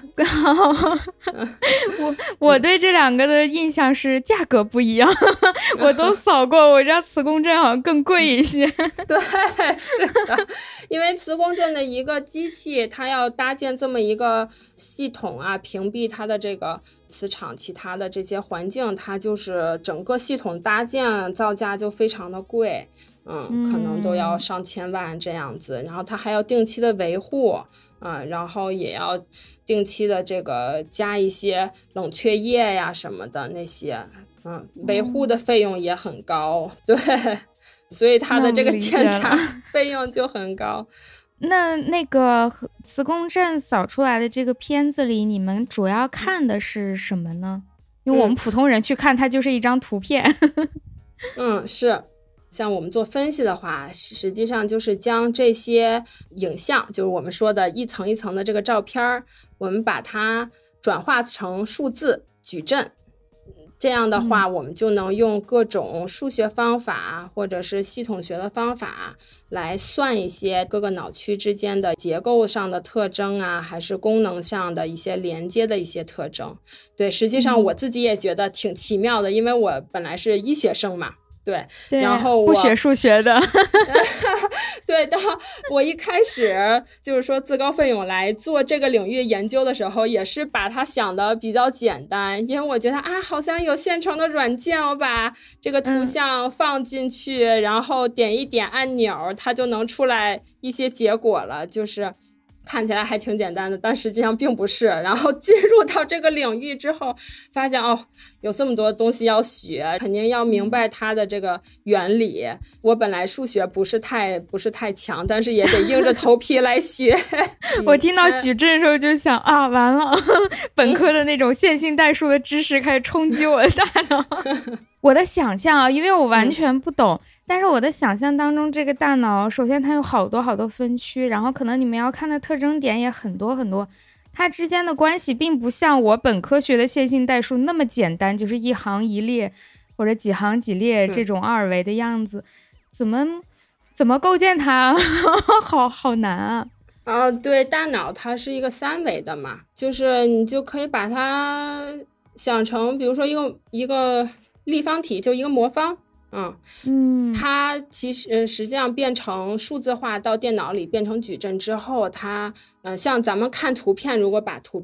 我我对这两个的印象是价格不一样，我都扫过，我知道磁共振好像更贵一些。 对，是的，因为磁共振的一个机器，它要搭建这么一个系统啊，屏蔽它的这个磁场，其他的这些环境，它就是整个系统搭建造价就非常的贵。嗯，可能都要上千万这样子，然后它还要定期的维护，嗯，然后也要定期的这个加一些冷却液呀什么的那些，嗯，维护的费用也很高，对，所以它的这个检查费用就很高。 那那个磁共振扫出来的这个片子里，你们主要看的是什么呢？因为我们普通人去看它就是一张图片。 嗯，是。像我们做分析的话，实际上就是将这些影像，就是我们说的一层一层的这个照片，我们把它转化成数字矩阵。这样的话，我们就能用各种数学方法或者是系统学的方法来算一些各个脑区之间的结构上的特征啊，还是功能上的一些连接的一些特征。对，实际上我自己也觉得挺奇妙的，因为我本来是医学生嘛。对， 对， 然后我不学数学的。 对，当我一开始就是说自告奋勇来做这个领域研究的时候，也是把它想的比较简单，因为我觉得啊，好像有现成的软件，我把这个图像放进去，嗯、然后点一点按钮，它就能出来一些结果了，就是看起来还挺简单的，但实际上并不是。然后进入到这个领域之后，发现哦，有这么多东西要学，肯定要明白它的这个原理。我本来数学不是太不是太强，但是也得硬着头皮来学。 我听到矩阵的时候就想、嗯、啊，完了，本科的那种线性代数的知识开始冲击我的大脑。我的想象啊，因为我完全不懂、嗯、但是我的想象当中，这个大脑首先它有好多好多分区，然后可能你们要看的特征点也很多很多，它之间的关系并不像我本科学的线性代数那么简单，就是一行一列或者几行几列这种二维的样子、嗯、怎么怎么构建它好好难啊。 啊，对，大脑它是一个三维的嘛，就是你就可以把它想成比如说一个一个立方体，就一个魔方，嗯嗯，它其实实际上变成数字化到电脑里变成矩阵之后，它呃像咱们看图片，如果把图片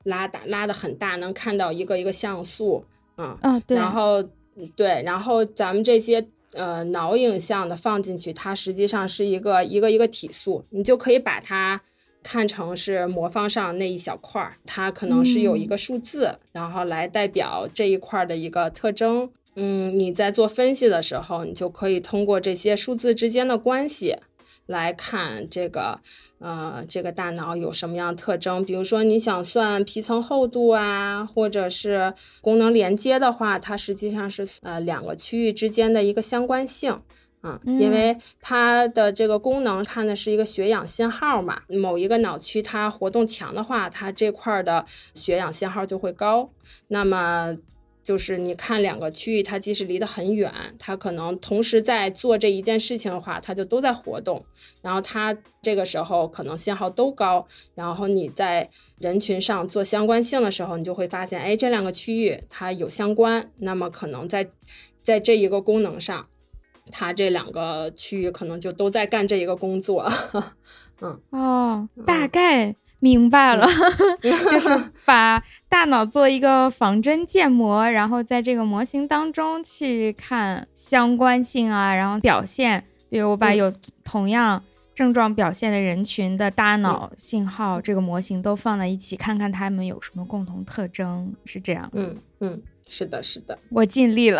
拉大拉的很大，能看到一个一个像素，嗯， 哦，对， 然后对，然后咱们这些呃脑影像的放进去，它实际上是一个一个一个体素，你就可以把它看成是魔方上那一小块，它可能是有一个数字，嗯、然后来代表这一块的一个特征。嗯，你在做分析的时候，你就可以通过这些数字之间的关系来看这个呃这个大脑有什么样的特征。比如说你想算皮层厚度啊，或者是功能连接的话，它实际上是呃两个区域之间的一个相关性。嗯，因为它的这个功能看的是一个血氧信号嘛，某一个脑区它活动强的话，它这块的血氧信号就会高。那么就是你看两个区域，它即使离得很远，它可能同时在做这一件事情的话，它就都在活动，然后它这个时候可能信号都高，然后你在人群上做相关性的时候，你就会发现，哎，这两个区域它有相关，那么可能在在这一个功能上，它这两个区域可能就都在干这一个工作。嗯， 哦，大概明白了，嗯、就是把大脑做一个仿真建模，然后在这个模型当中去看相关性啊，然后表现，比如我把有同样症状表现的人群的大脑信号、嗯、这个模型都放在一起，看看他们有什么共同特征，是这样。 嗯嗯。是的，是的， 我尽力了。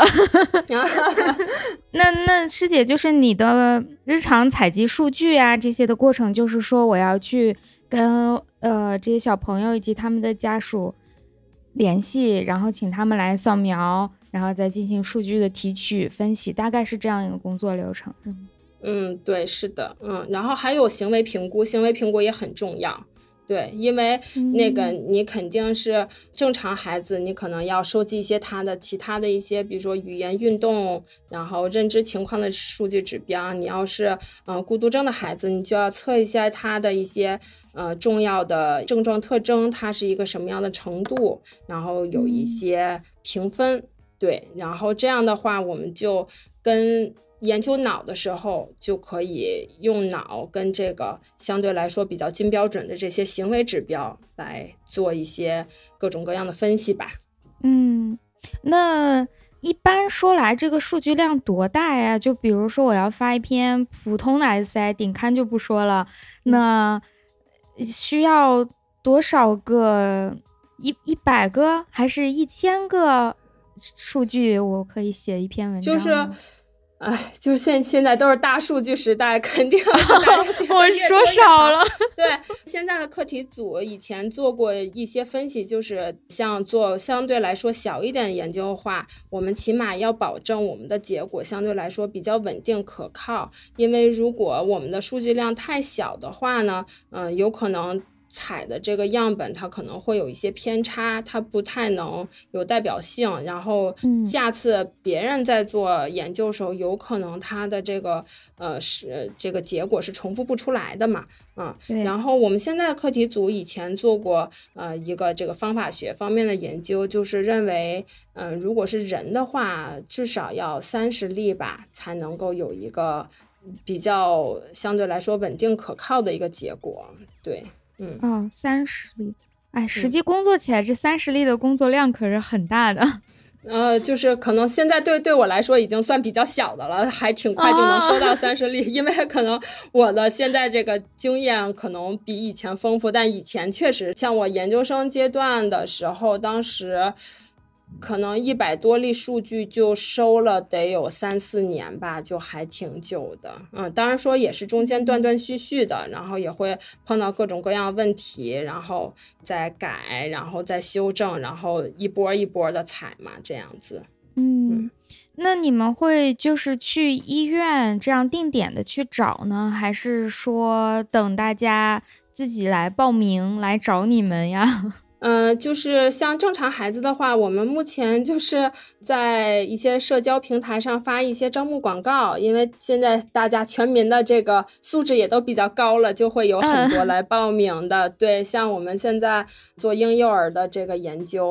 那那师姐，就是你的日常采集数据啊这些的过程，就是说我要去跟呃这些小朋友以及他们的家属联系，然后请他们来扫描，然后再进行数据的提取分析，大概是这样一个工作流程，是吗？ 嗯，对，是的，嗯，然后还有行为评估，行为评估也很重要。对，因为那个你肯定是正常孩子，你可能要收集一些他的其他的一些，比如说语言运动，然后认知情况的数据指标。你要是嗯、呃、孤独症的孩子，你就要测一下他的一些呃重要的症状特征，它是一个什么样的程度，然后有一些评分。对，然后这样的话，我们就跟研究脑的时候，就可以用脑跟这个相对来说比较近标准的这些行为指标来做一些各种各样的分析吧。 嗯，那一般说来这个数据量多大呀？就比如说我要发一篇普通的 S I， 顶刊就不说了，那需要多少个？一一百个还是一千个数据我可以写一篇文章？ 就是哎，就是现现在都是大数据时代，肯定是大家觉得我说少了。 对，现在的课题组以前做过一些分析，就是像做相对来说小一点的研究的话，我们起码要保证我们的结果相对来说比较稳定可靠。因为如果我们的数据量太小的话呢，嗯、呃，有可能采的这个样本它可能会有一些偏差，它不太能有代表性，然后下次别人在做研究的时候、嗯、有可能它的这个呃是这个结果是重复不出来的嘛，嗯，然后我们现在的课题组以前做过呃一个这个方法学方面的研究，就是认为嗯、呃、如果是人的话至少要三十例吧才能够有一个比较相对来说稳定可靠的一个结果。对，嗯， 哦，三十例，哎，实际工作起来、嗯、这三十例的工作量可是很大的。 呃，就是可能现在对对我来说已经算比较小的了，还挺快就能收到三十例、哦、因为可能我的现在这个经验可能比以前丰富，但以前确实像我研究生阶段的时候，当时可能一百多例数据就收了得有三四年吧，就还挺久的。嗯，当然说也是中间断断续续的，然后也会碰到各种各样的问题，然后再改，然后再修正，然后一波一波的采嘛，这样子。 嗯，嗯，那你们会就是去医院这样定点的去找呢，还是说等大家自己来报名来找你们呀？ 嗯、呃，就是像正常孩子的话，我们目前就是在一些社交平台上发一些招募广告，因为现在大家全民的这个素质也都比较高了，就会有很多来报名的。嗯、对，像我们现在做婴幼儿的这个研究，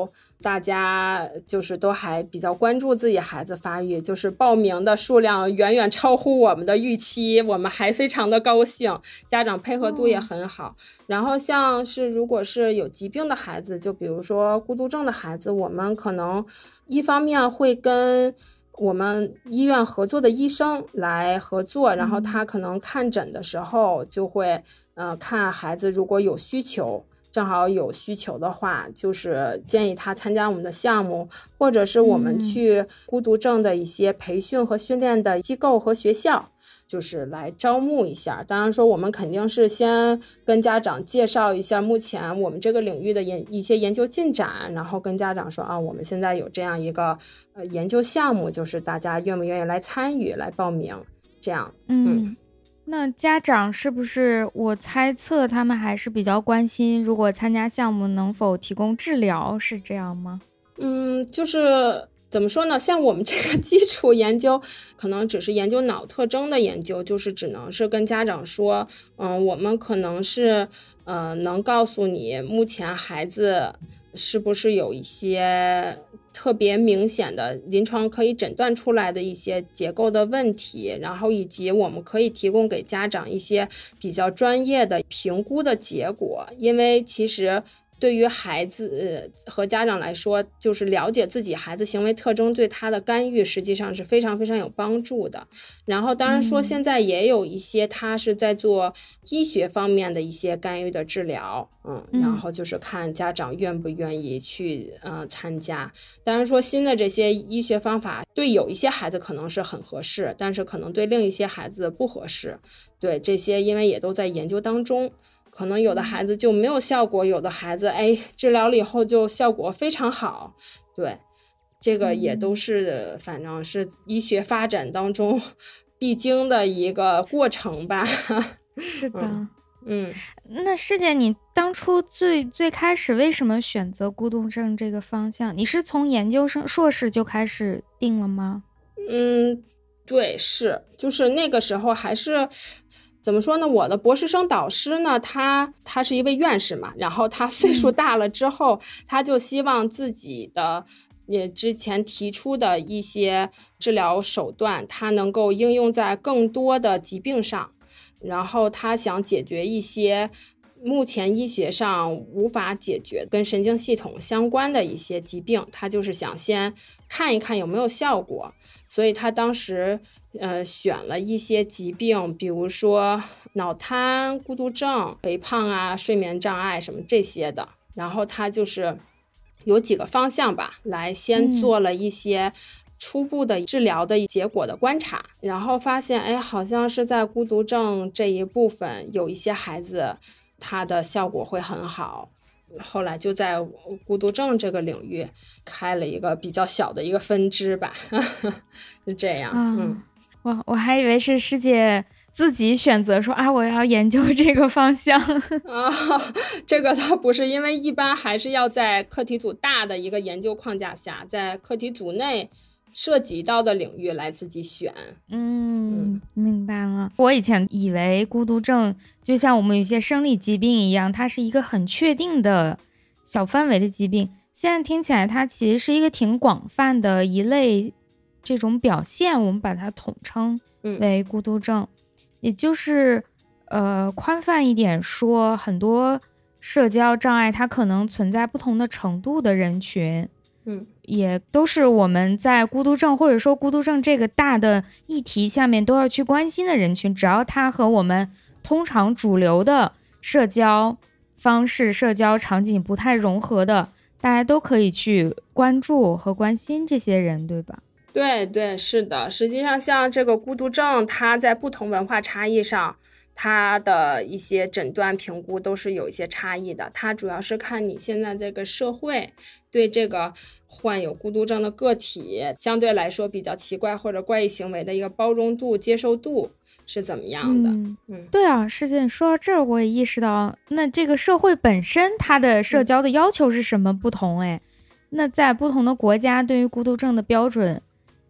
大家就是都还比较关注自己孩子发育，就是报名的数量远远超乎我们的预期，我们还非常的高兴，家长配合度也很好。嗯、然后像是如果是有疾病的孩子，就比如说孤独症的孩子，我们可能一方面会跟我们医院合作的医生来合作，然后他可能看诊的时候就会呃看孩子如果有需求，正好有需求的话，就是建议他参加我们的项目，或者是我们去孤独症的一些培训和训练的机构和学校，就是来招募一下。当然说我们肯定是先跟家长介绍一下目前我们这个领域的研一些研究进展，然后跟家长说啊，我们现在有这样一个呃研究项目，就是大家愿不愿意来参与来报名这样。 嗯, 嗯那家长是不是，我猜测他们还是比较关心如果参加项目能否提供治疗，是这样吗？ 嗯，就是怎么说呢，像我们这个基础研究可能只是研究脑特征的研究，就是只能是跟家长说嗯，我们可能是呃能告诉你目前孩子是不是有一些特别明显的临床可以诊断出来的一些结构的问题，然后以及我们可以提供给家长一些比较专业的评估的结果。因为其实对于孩子和家长来说，就是了解自己孩子行为特征对他的干预实际上是非常非常有帮助的。然后当然说现在也有一些他是在做医学方面的一些干预的治疗，嗯，然后就是看家长愿不愿意去呃参加。当然说新的这些医学方法对有一些孩子可能是很合适，但是可能对另一些孩子不合适。对，这些因为也都在研究当中。可能有的孩子就没有效果，有的孩子哎治疗了以后就效果非常好。对，这个也都是反正是医学发展当中必经的一个过程吧。 是的。 嗯，嗯那师姐，你当初最最开始为什么选择孤独症这个方向？你是从研究生硕士就开始定了吗？ 嗯，对，是，就是那个时候还是怎么说呢，我的博士生导师呢，他他是一位院士嘛，然后他岁数大了之后、嗯、他就希望自己的也之前提出的一些治疗手段他能够应用在更多的疾病上，然后他想解决一些目前医学上无法解决跟神经系统相关的一些疾病，他就是想先看一看有没有效果。所以他当时呃选了一些疾病，比如说脑瘫、孤独症、肥胖啊、睡眠障碍什么这些的，然后他就是有几个方向吧，来先做了一些初步的治疗的结果的观察、嗯、然后发现哎，好像是在孤独症这一部分有一些孩子他的效果会很好，后来就在孤独症这个领域开了一个比较小的一个分支吧。是这样。嗯， 嗯我我还以为是师姐自己选择说啊我要研究这个方向。 啊，这个倒不是，因为一般还是要在课题组大的一个研究框架下，在课题组内涉及到的领域来自己选。 嗯，明白了。我以前以为孤独症就像我们有些生理疾病一样，它是一个很确定的小范围的疾病，现在听起来它其实是一个挺广泛的一类这种表现，我们把它统称为孤独症、嗯、也就是呃宽泛一点说，很多社交障碍它可能存在不同的程度的人群， 嗯， 也都是我们在孤独症或者说孤独症这个大的议题下面都要去关心的人群，只要它和我们通常主流的社交方式、社交场景不太融合的，大家都可以去关注和关心这些人，对吧？ 对对，是的。实际上像这个孤独症，它在不同文化差异上，它的一些诊断评估都是有一些差异的，它主要是看你现在这个社会对这个患有孤独症的个体相对来说比较奇怪或者怪异行为的一个包容度、接受度是怎么样的。 嗯，嗯对啊，师姐说到这儿我也意识到，那这个社会本身它的社交的要求是什么不同？哎、嗯，那在不同的国家对于孤独症的标准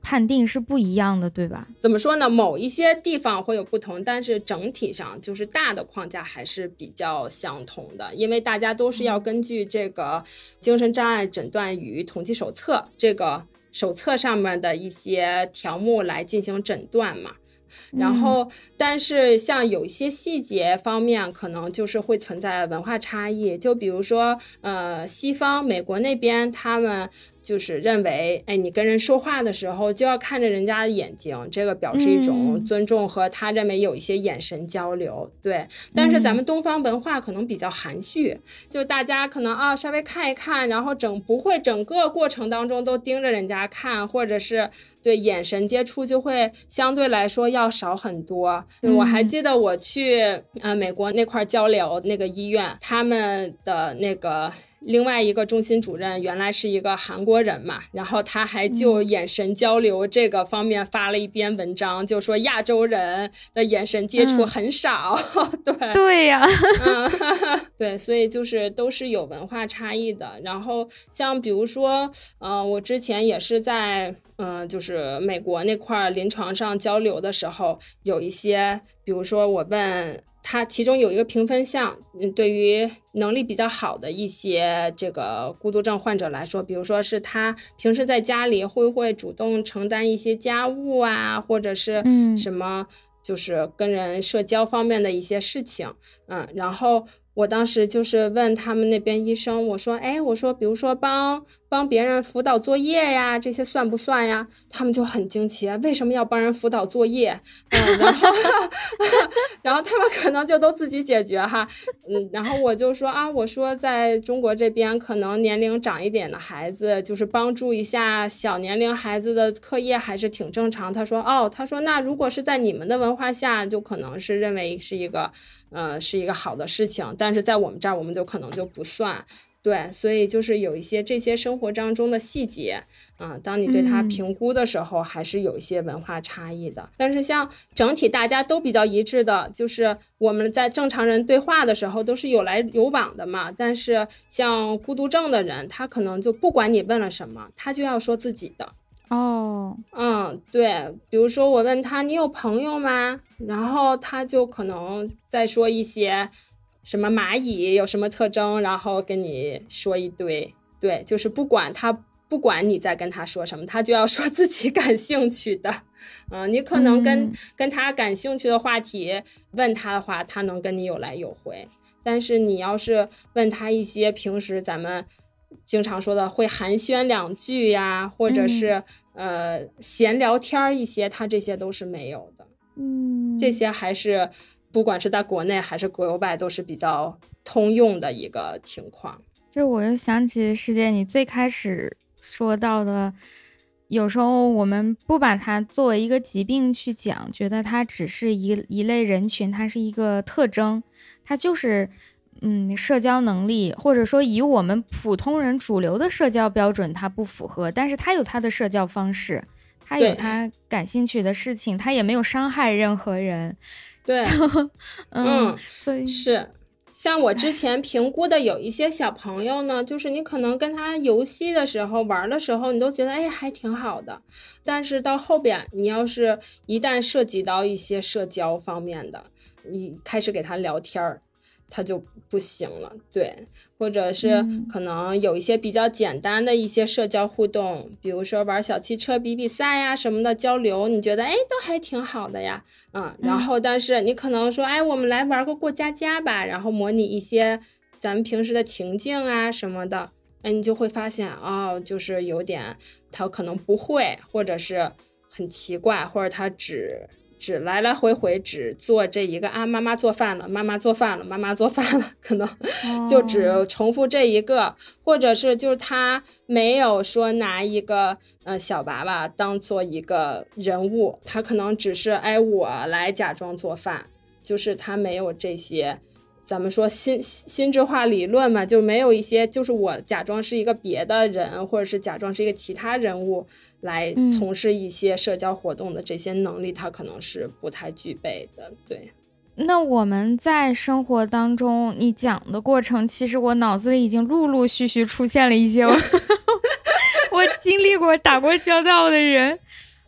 判定是不一样的，对吧？ 怎么说呢？某一些地方会有不同，但是整体上就是大的框架还是比较相同的，因为大家都是要根据这个精神障碍诊断与统计手册这个手册上面的一些条目来进行诊断嘛。然后但是像有一些细节方面可能就是会存在文化差异，就比如说呃，西方美国那边他们就是认为，哎，你跟人说话的时候就要看着人家的眼睛，这个表示一种尊重和他认为有一些眼神交流，对。但是咱们东方文化可能比较含蓄，就大家可能啊稍微看一看，然后整不会整个过程当中都盯着人家看，或者是对眼神接触就会相对来说要少很多。我还记得我去呃美国那块交流那个医院，他们的那个另外一个中心主任原来是一个韩国人嘛，然后他还就眼神交流这个方面发了一篇文章，就说亚洲人的眼神接触很少、嗯、对对呀、 嗯、对，所以就是都是有文化差异的。然后像比如说呃，我之前也是在嗯、呃，就是美国那块临床上交流的时候，有一些比如说我问它其中有一个评分项，嗯，对于能力比较好的一些这个孤独症患者来说，比如说是他平时在家里会不会主动承担一些家务啊，或者是什么就是跟人社交方面的一些事情，嗯，然后我当时就是问他们那边医生，我说，哎，我说比如说帮帮别人辅导作业呀，这些算不算呀？他们就很惊奇，为什么要帮人辅导作业？嗯，然后然后他们可能就都自己解决哈，嗯，然后我就说啊，我说在中国这边可能年龄长一点的孩子，就是帮助一下小年龄孩子的课业还是挺正常。他说哦，他说那如果是在你们的文化下，就可能是认为是一个呃是一个好的事情，但是在我们这儿我们就可能就不算。对，所以就是有一些这些生活当中的细节啊、呃，当你对它评估的时候、嗯、还是有一些文化差异的。但是像整体大家都比较一致的，就是我们在正常人对话的时候都是有来有往的嘛，但是像孤独症的人，他可能就不管你问了什么，他就要说自己的。 哦， 嗯，对，比如说我问他你有朋友吗，然后他就可能再说一些什么蚂蚁有什么特征，然后跟你说一堆。对，就是不管他不管你在跟他说什么，他就要说自己感兴趣的。嗯，你可能跟、嗯、跟他感兴趣的话题问他的话，他能跟你有来有回，但是你要是问他一些平时咱们经常说的会寒暄两句呀，或者是、嗯、呃闲聊天一些，他这些都是没有的。 嗯， 这些还是不管是在国内还是国外都是比较通用的一个情况。 这我又想起师姐你最开始说到的，有时候我们不把它作为一个疾病去讲，觉得它只是一一类人群，它是一个特征，它就是嗯社交能力，或者说以我们普通人主流的社交标准它不符合，但是它有它的社交方式，它有它感兴趣的事情，它也没有伤害任何人。 对嗯, 嗯， 所以是像我之前评估的有一些小朋友呢，就是你可能跟他游戏的时候玩的时候你都觉得哎还挺好的，但是到后边你要是一旦涉及到一些社交方面的，你开始给他聊天他就不行了。对，或者是可能有一些比较简单的一些社交互动、嗯、比如说玩小汽车比比赛呀什么的交流，你觉得哎都还挺好的呀，嗯，然后但是你可能说哎我们来玩个过家家吧，然后模拟一些咱们平时的情境啊什么的，哎你就会发现哦就是有点他可能不会，或者是很奇怪，或者他只只来来回回只做这一个啊，妈妈做饭了，妈妈做饭了，妈妈做饭了，可能就只重复这一个、哦、或者是就是他没有说拿一个呃小娃娃当做一个人物，他可能只是哎我来假装做饭，就是他没有这些咱们说心心智化理论嘛，就没有一些就是我假装是一个别的人，或者是假装是一个其他人物来从事一些社交活动的这些能力、嗯、他可能是不太具备的。对， 那我们在生活当中你讲的过程，其实我脑子里已经陆陆续续出现了一些我我经历过打过交道的人，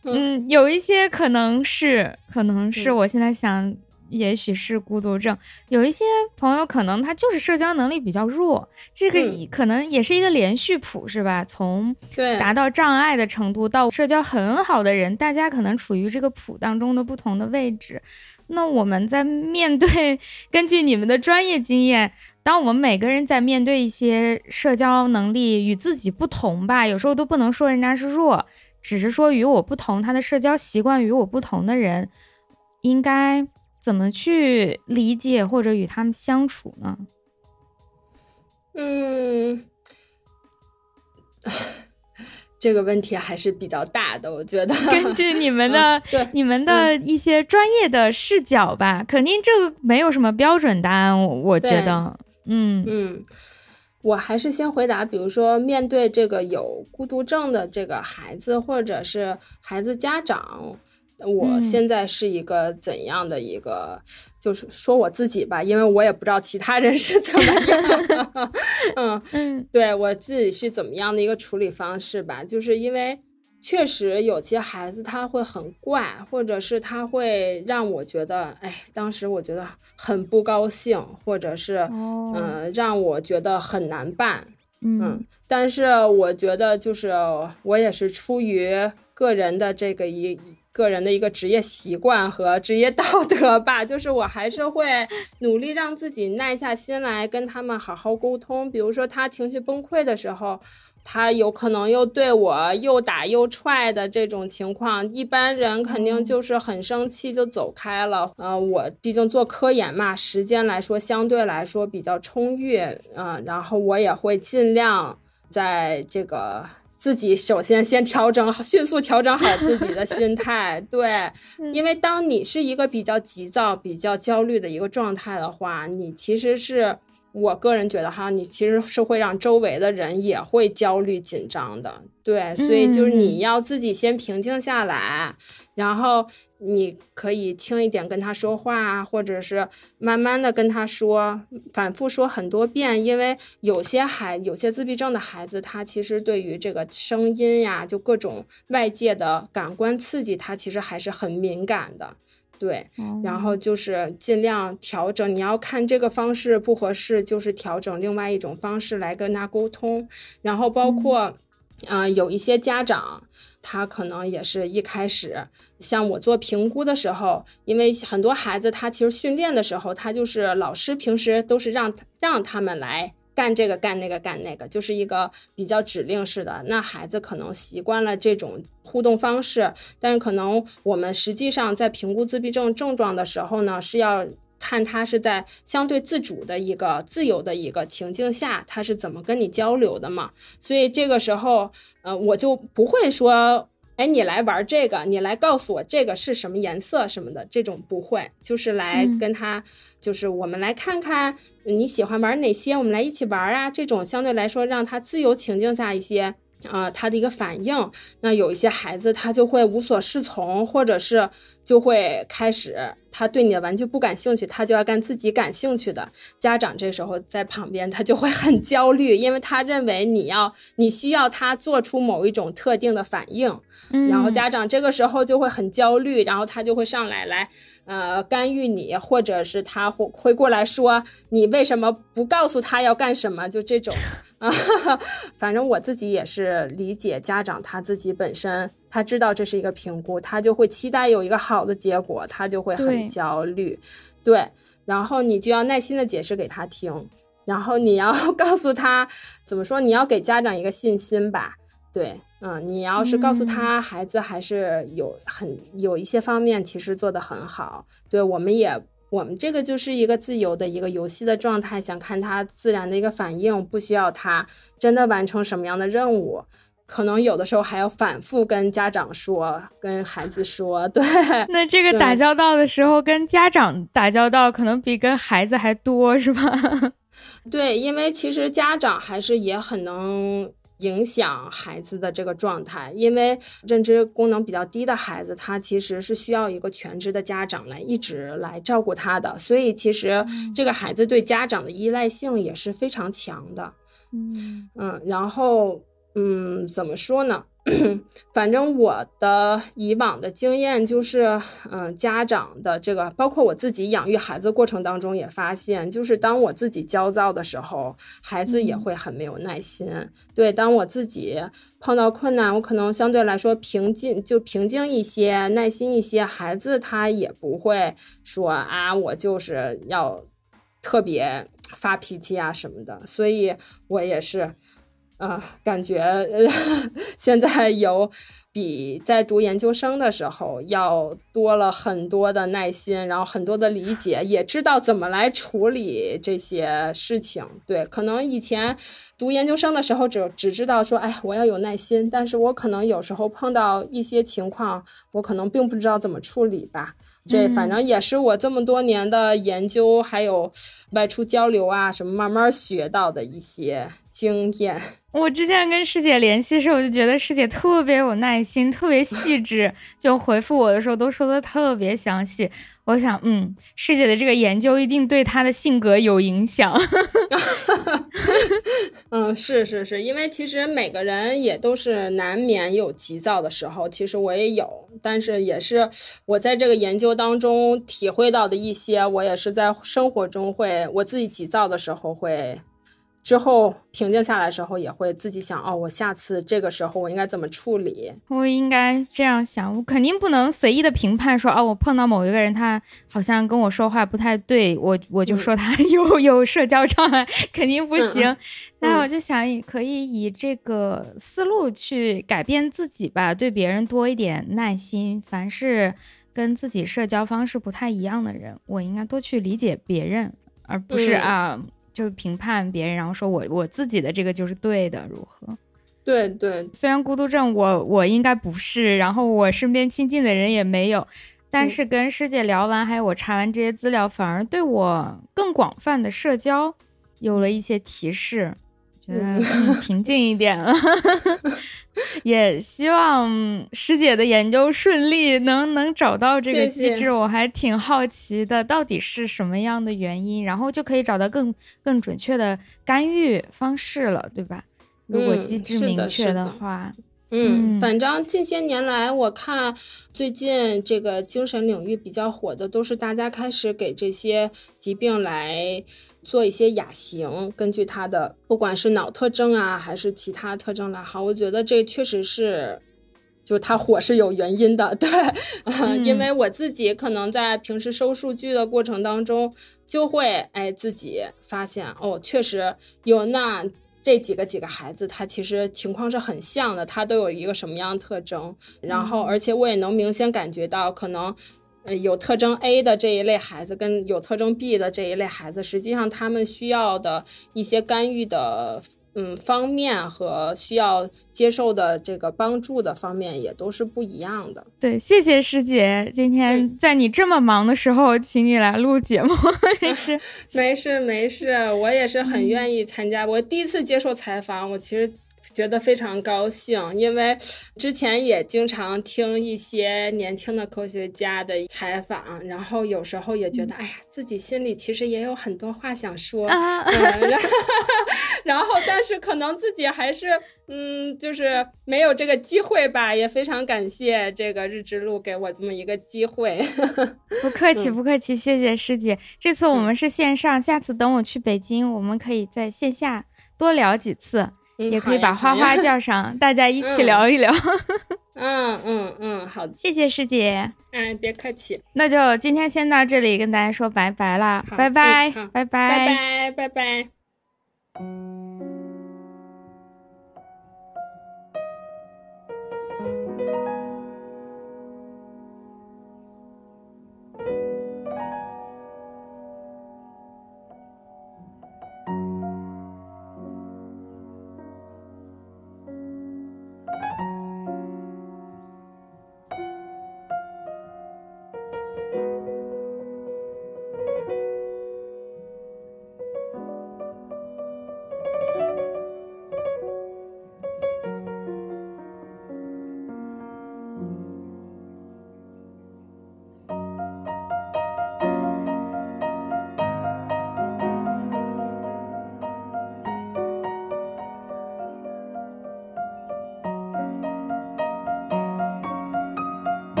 嗯，有一些可能是，可能是嗯我现在想，也许是孤独症。有一些朋友可能他就是社交能力比较弱，这个嗯可能也是一个连续谱，是吧？从对达到障碍的程度到社交很好的人，大家可能处于这个谱当中的不同的位置。那我们在面对，根据你们的专业经验，当我们每个人在面对一些社交能力与自己不同吧，有时候都不能说人家是弱，只是说与我不同，他的社交习惯与我不同的人，应该怎么去理解或者与他们相处呢？ 嗯，这个问题还是比较大的，我觉得。 根据你们的、 嗯、对你们的一些专业的视角吧，嗯、肯定这个没有什么标准答案，我我觉得，嗯嗯，我还是先回答，比如说面对这个有孤独症的这个孩子，或者是孩子家长。我现在是一个怎样的一个、嗯、就是说我自己吧，因为我也不知道其他人是怎么样嗯嗯，对我自己是怎么样的一个处理方式吧，就是因为确实有些孩子他会很怪，或者是他会让我觉得哎，当时我觉得很不高兴，或者是嗯、哦呃，让我觉得很难办。嗯, 嗯，但是我觉得就是我也是出于个人的这个一个人的一个职业习惯和职业道德吧，就是我还是会努力让自己耐下心来跟他们好好沟通。比如说他情绪崩溃的时候，他有可能又对我又打又踹的这种情况，一般人肯定就是很生气就走开了。呃，我毕竟做科研嘛，时间来说相对来说比较充裕，嗯、呃，然后我也会尽量在这个自己首先先调整好，迅速调整好自己的心态。对，因为当你是一个比较急躁、比较焦虑的一个状态的话，你其实是。我个人觉得哈，你其实是会让周围的人也会焦虑紧张的。对，所以就是你要自己先平静下来，嗯、然后你可以轻一点跟他说话，或者是慢慢的跟他说，反复说很多遍。因为有些孩有些自闭症的孩子，他其实对于这个声音呀，就各种外界的感官刺激，他其实还是很敏感的。对，然后就是尽量调整，你要看这个方式不合适，就是调整另外一种方式来跟他沟通。然后包括嗯、呃，有一些家长他可能也是一开始像我做评估的时候，因为很多孩子他其实训练的时候，他就是老师平时都是让让他们来干这个干那个干那个，就是一个比较指令式的，那孩子可能习惯了这种互动方式。但是可能我们实际上在评估自闭症症状的时候呢，是要看他是在相对自主的一个自由的一个情境下，他是怎么跟你交流的嘛。所以这个时候呃，我就不会说哎，你来玩这个，你来告诉我这个是什么颜色什么的，这种不会，就是来跟他、嗯、就是我们来看看你喜欢玩哪些，我们来一起玩啊，这种相对来说让他自由情境下一些呃，他的一个反应。那有一些孩子他就会无所适从，或者是就会开始他对你的玩具不感兴趣，他就要干自己感兴趣的。家长这时候在旁边他就会很焦虑，因为他认为你要你需要他做出某一种特定的反应、嗯、然后家长这个时候就会很焦虑，然后他就会上来来呃干预你，或者是他会会过来说你为什么不告诉他要干什么，就这种啊，反正我自己也是理解家长他自己本身他知道这是一个评估，他就会期待有一个好的结果，他就会很焦虑。 对, 对，然后你就要耐心的解释给他听，然后你要告诉他怎么说，你要给家长一个信心吧。对，嗯，你要是告诉他孩子还是有很有一些方面其实做得很好。对，我们也我们这个就是一个自由的一个游戏的状态，想看他自然的一个反应，不需要他真的完成什么样的任务，可能有的时候还要反复跟家长说，跟孩子说。对， 那这个打交道的时候跟家长打交道可能比跟孩子还多是吧？ 对，因为其实家长还是也很能影响孩子的这个状态，因为认知功能比较低的孩子他其实是需要一个全职的家长来一直来照顾他的，所以其实这个孩子对家长的依赖性也是非常强的。嗯嗯，然后嗯怎么说呢， 反正我的以往的经验就是，嗯，家长的这个，包括我自己养育孩子过程当中也发现，就是当我自己焦躁的时候，孩子也会很没有耐心。嗯、对，当我自己碰到困难，我可能相对来说平静，就平静一些，耐心一些，孩子他也不会说啊，我就是要特别发脾气啊什么的。所以我也是。啊，感觉、呃、现在有比在读研究生的时候要多了很多的耐心，然后很多的理解，也知道怎么来处理这些事情。对，可能以前读研究生的时候只只知道说，哎，我要有耐心，但是我可能有时候碰到一些情况，我可能并不知道怎么处理吧。这反正也是我这么多年的研究还有外出交流啊什么慢慢学到的一些经验。 我之前跟师姐联系的时候，我就觉得师姐特别有耐心，特别细致，就回复我的时候都说的特别详细。我想，嗯，师姐的这个研究一定对她的性格有影响。 嗯，是是是，因为其实每个人也都是难免有急躁的时候，其实我也有，但是也是我在这个研究当中体会到的一些，我也是在生活中会，我自己急躁的时候会。之后平静下来的时候也会自己想，哦，我下次这个时候我应该怎么处理。 我应该这样想，我肯定不能随意的评判说，哦，我碰到某一个人他好像跟我说话不太对，我我就说他有、嗯、有社交障碍，肯定不行。嗯、那我就想可以以这个思路去改变自己吧，对别人多一点耐心，凡是跟自己社交方式不太一样的人，我应该多去理解别人，而不是、嗯、啊就评判别人，然后说我我自己的这个就是对的，如何？ 对对， 虽然孤独症我我应该不是，然后我身边亲近的人也没有，但是跟师姐聊完，还有我查完这些资料，反而对我更广泛的社交有了一些提示，觉得、嗯、平静一点了。也希望师姐的研究顺利，能能找到这个机制。谢谢，我还挺好奇的，到底是什么样的原因，然后就可以找到更更准确的干预方式了，对吧？如果机制明确的话。 嗯，反正近些年来我看最近这个精神领域比较火的都是大家开始给这些疾病来做一些亚型，根据它的不管是脑特征啊还是其他特征来好，我觉得这确实是就它火是有原因的。对、嗯、因为我自己可能在平时收数据的过程当中就会哎自己发现哦，确实有那这几个几个孩子他其实情况是很像的，他都有一个什么样的特征，然后而且我也能明显感觉到可能呃有特征 A 的这一类孩子跟有特征 B 的这一类孩子，实际上他们需要的一些干预的嗯方面和需要接受的这个帮助的方面也都是不一样的。 对，谢谢师姐，今天在你这么忙的时候请你来录节目。没事没事没事，我也是很愿意参加、嗯、我第一次接受采访，我其实觉得非常高兴，因为之前也经常听一些年轻的科学家的采访，然后有时候也觉得、嗯、哎呀，自己心里其实也有很多话想说、啊嗯、然, 后然后但是可能自己还是嗯，就是没有这个机会吧，也非常感谢这个日之路给我这么一个机会。 不客气不客气、嗯、谢谢师姐，这次我们是线上、嗯、下次等我去北京我们可以在线下多聊几次、嗯、也可以把花花叫上大家一起聊一聊。 嗯嗯嗯，好的， 谢谢师姐。 嗯，别客气。 那就今天先到这里，跟大家说拜拜啦，拜拜、 嗯、 拜拜拜拜拜拜。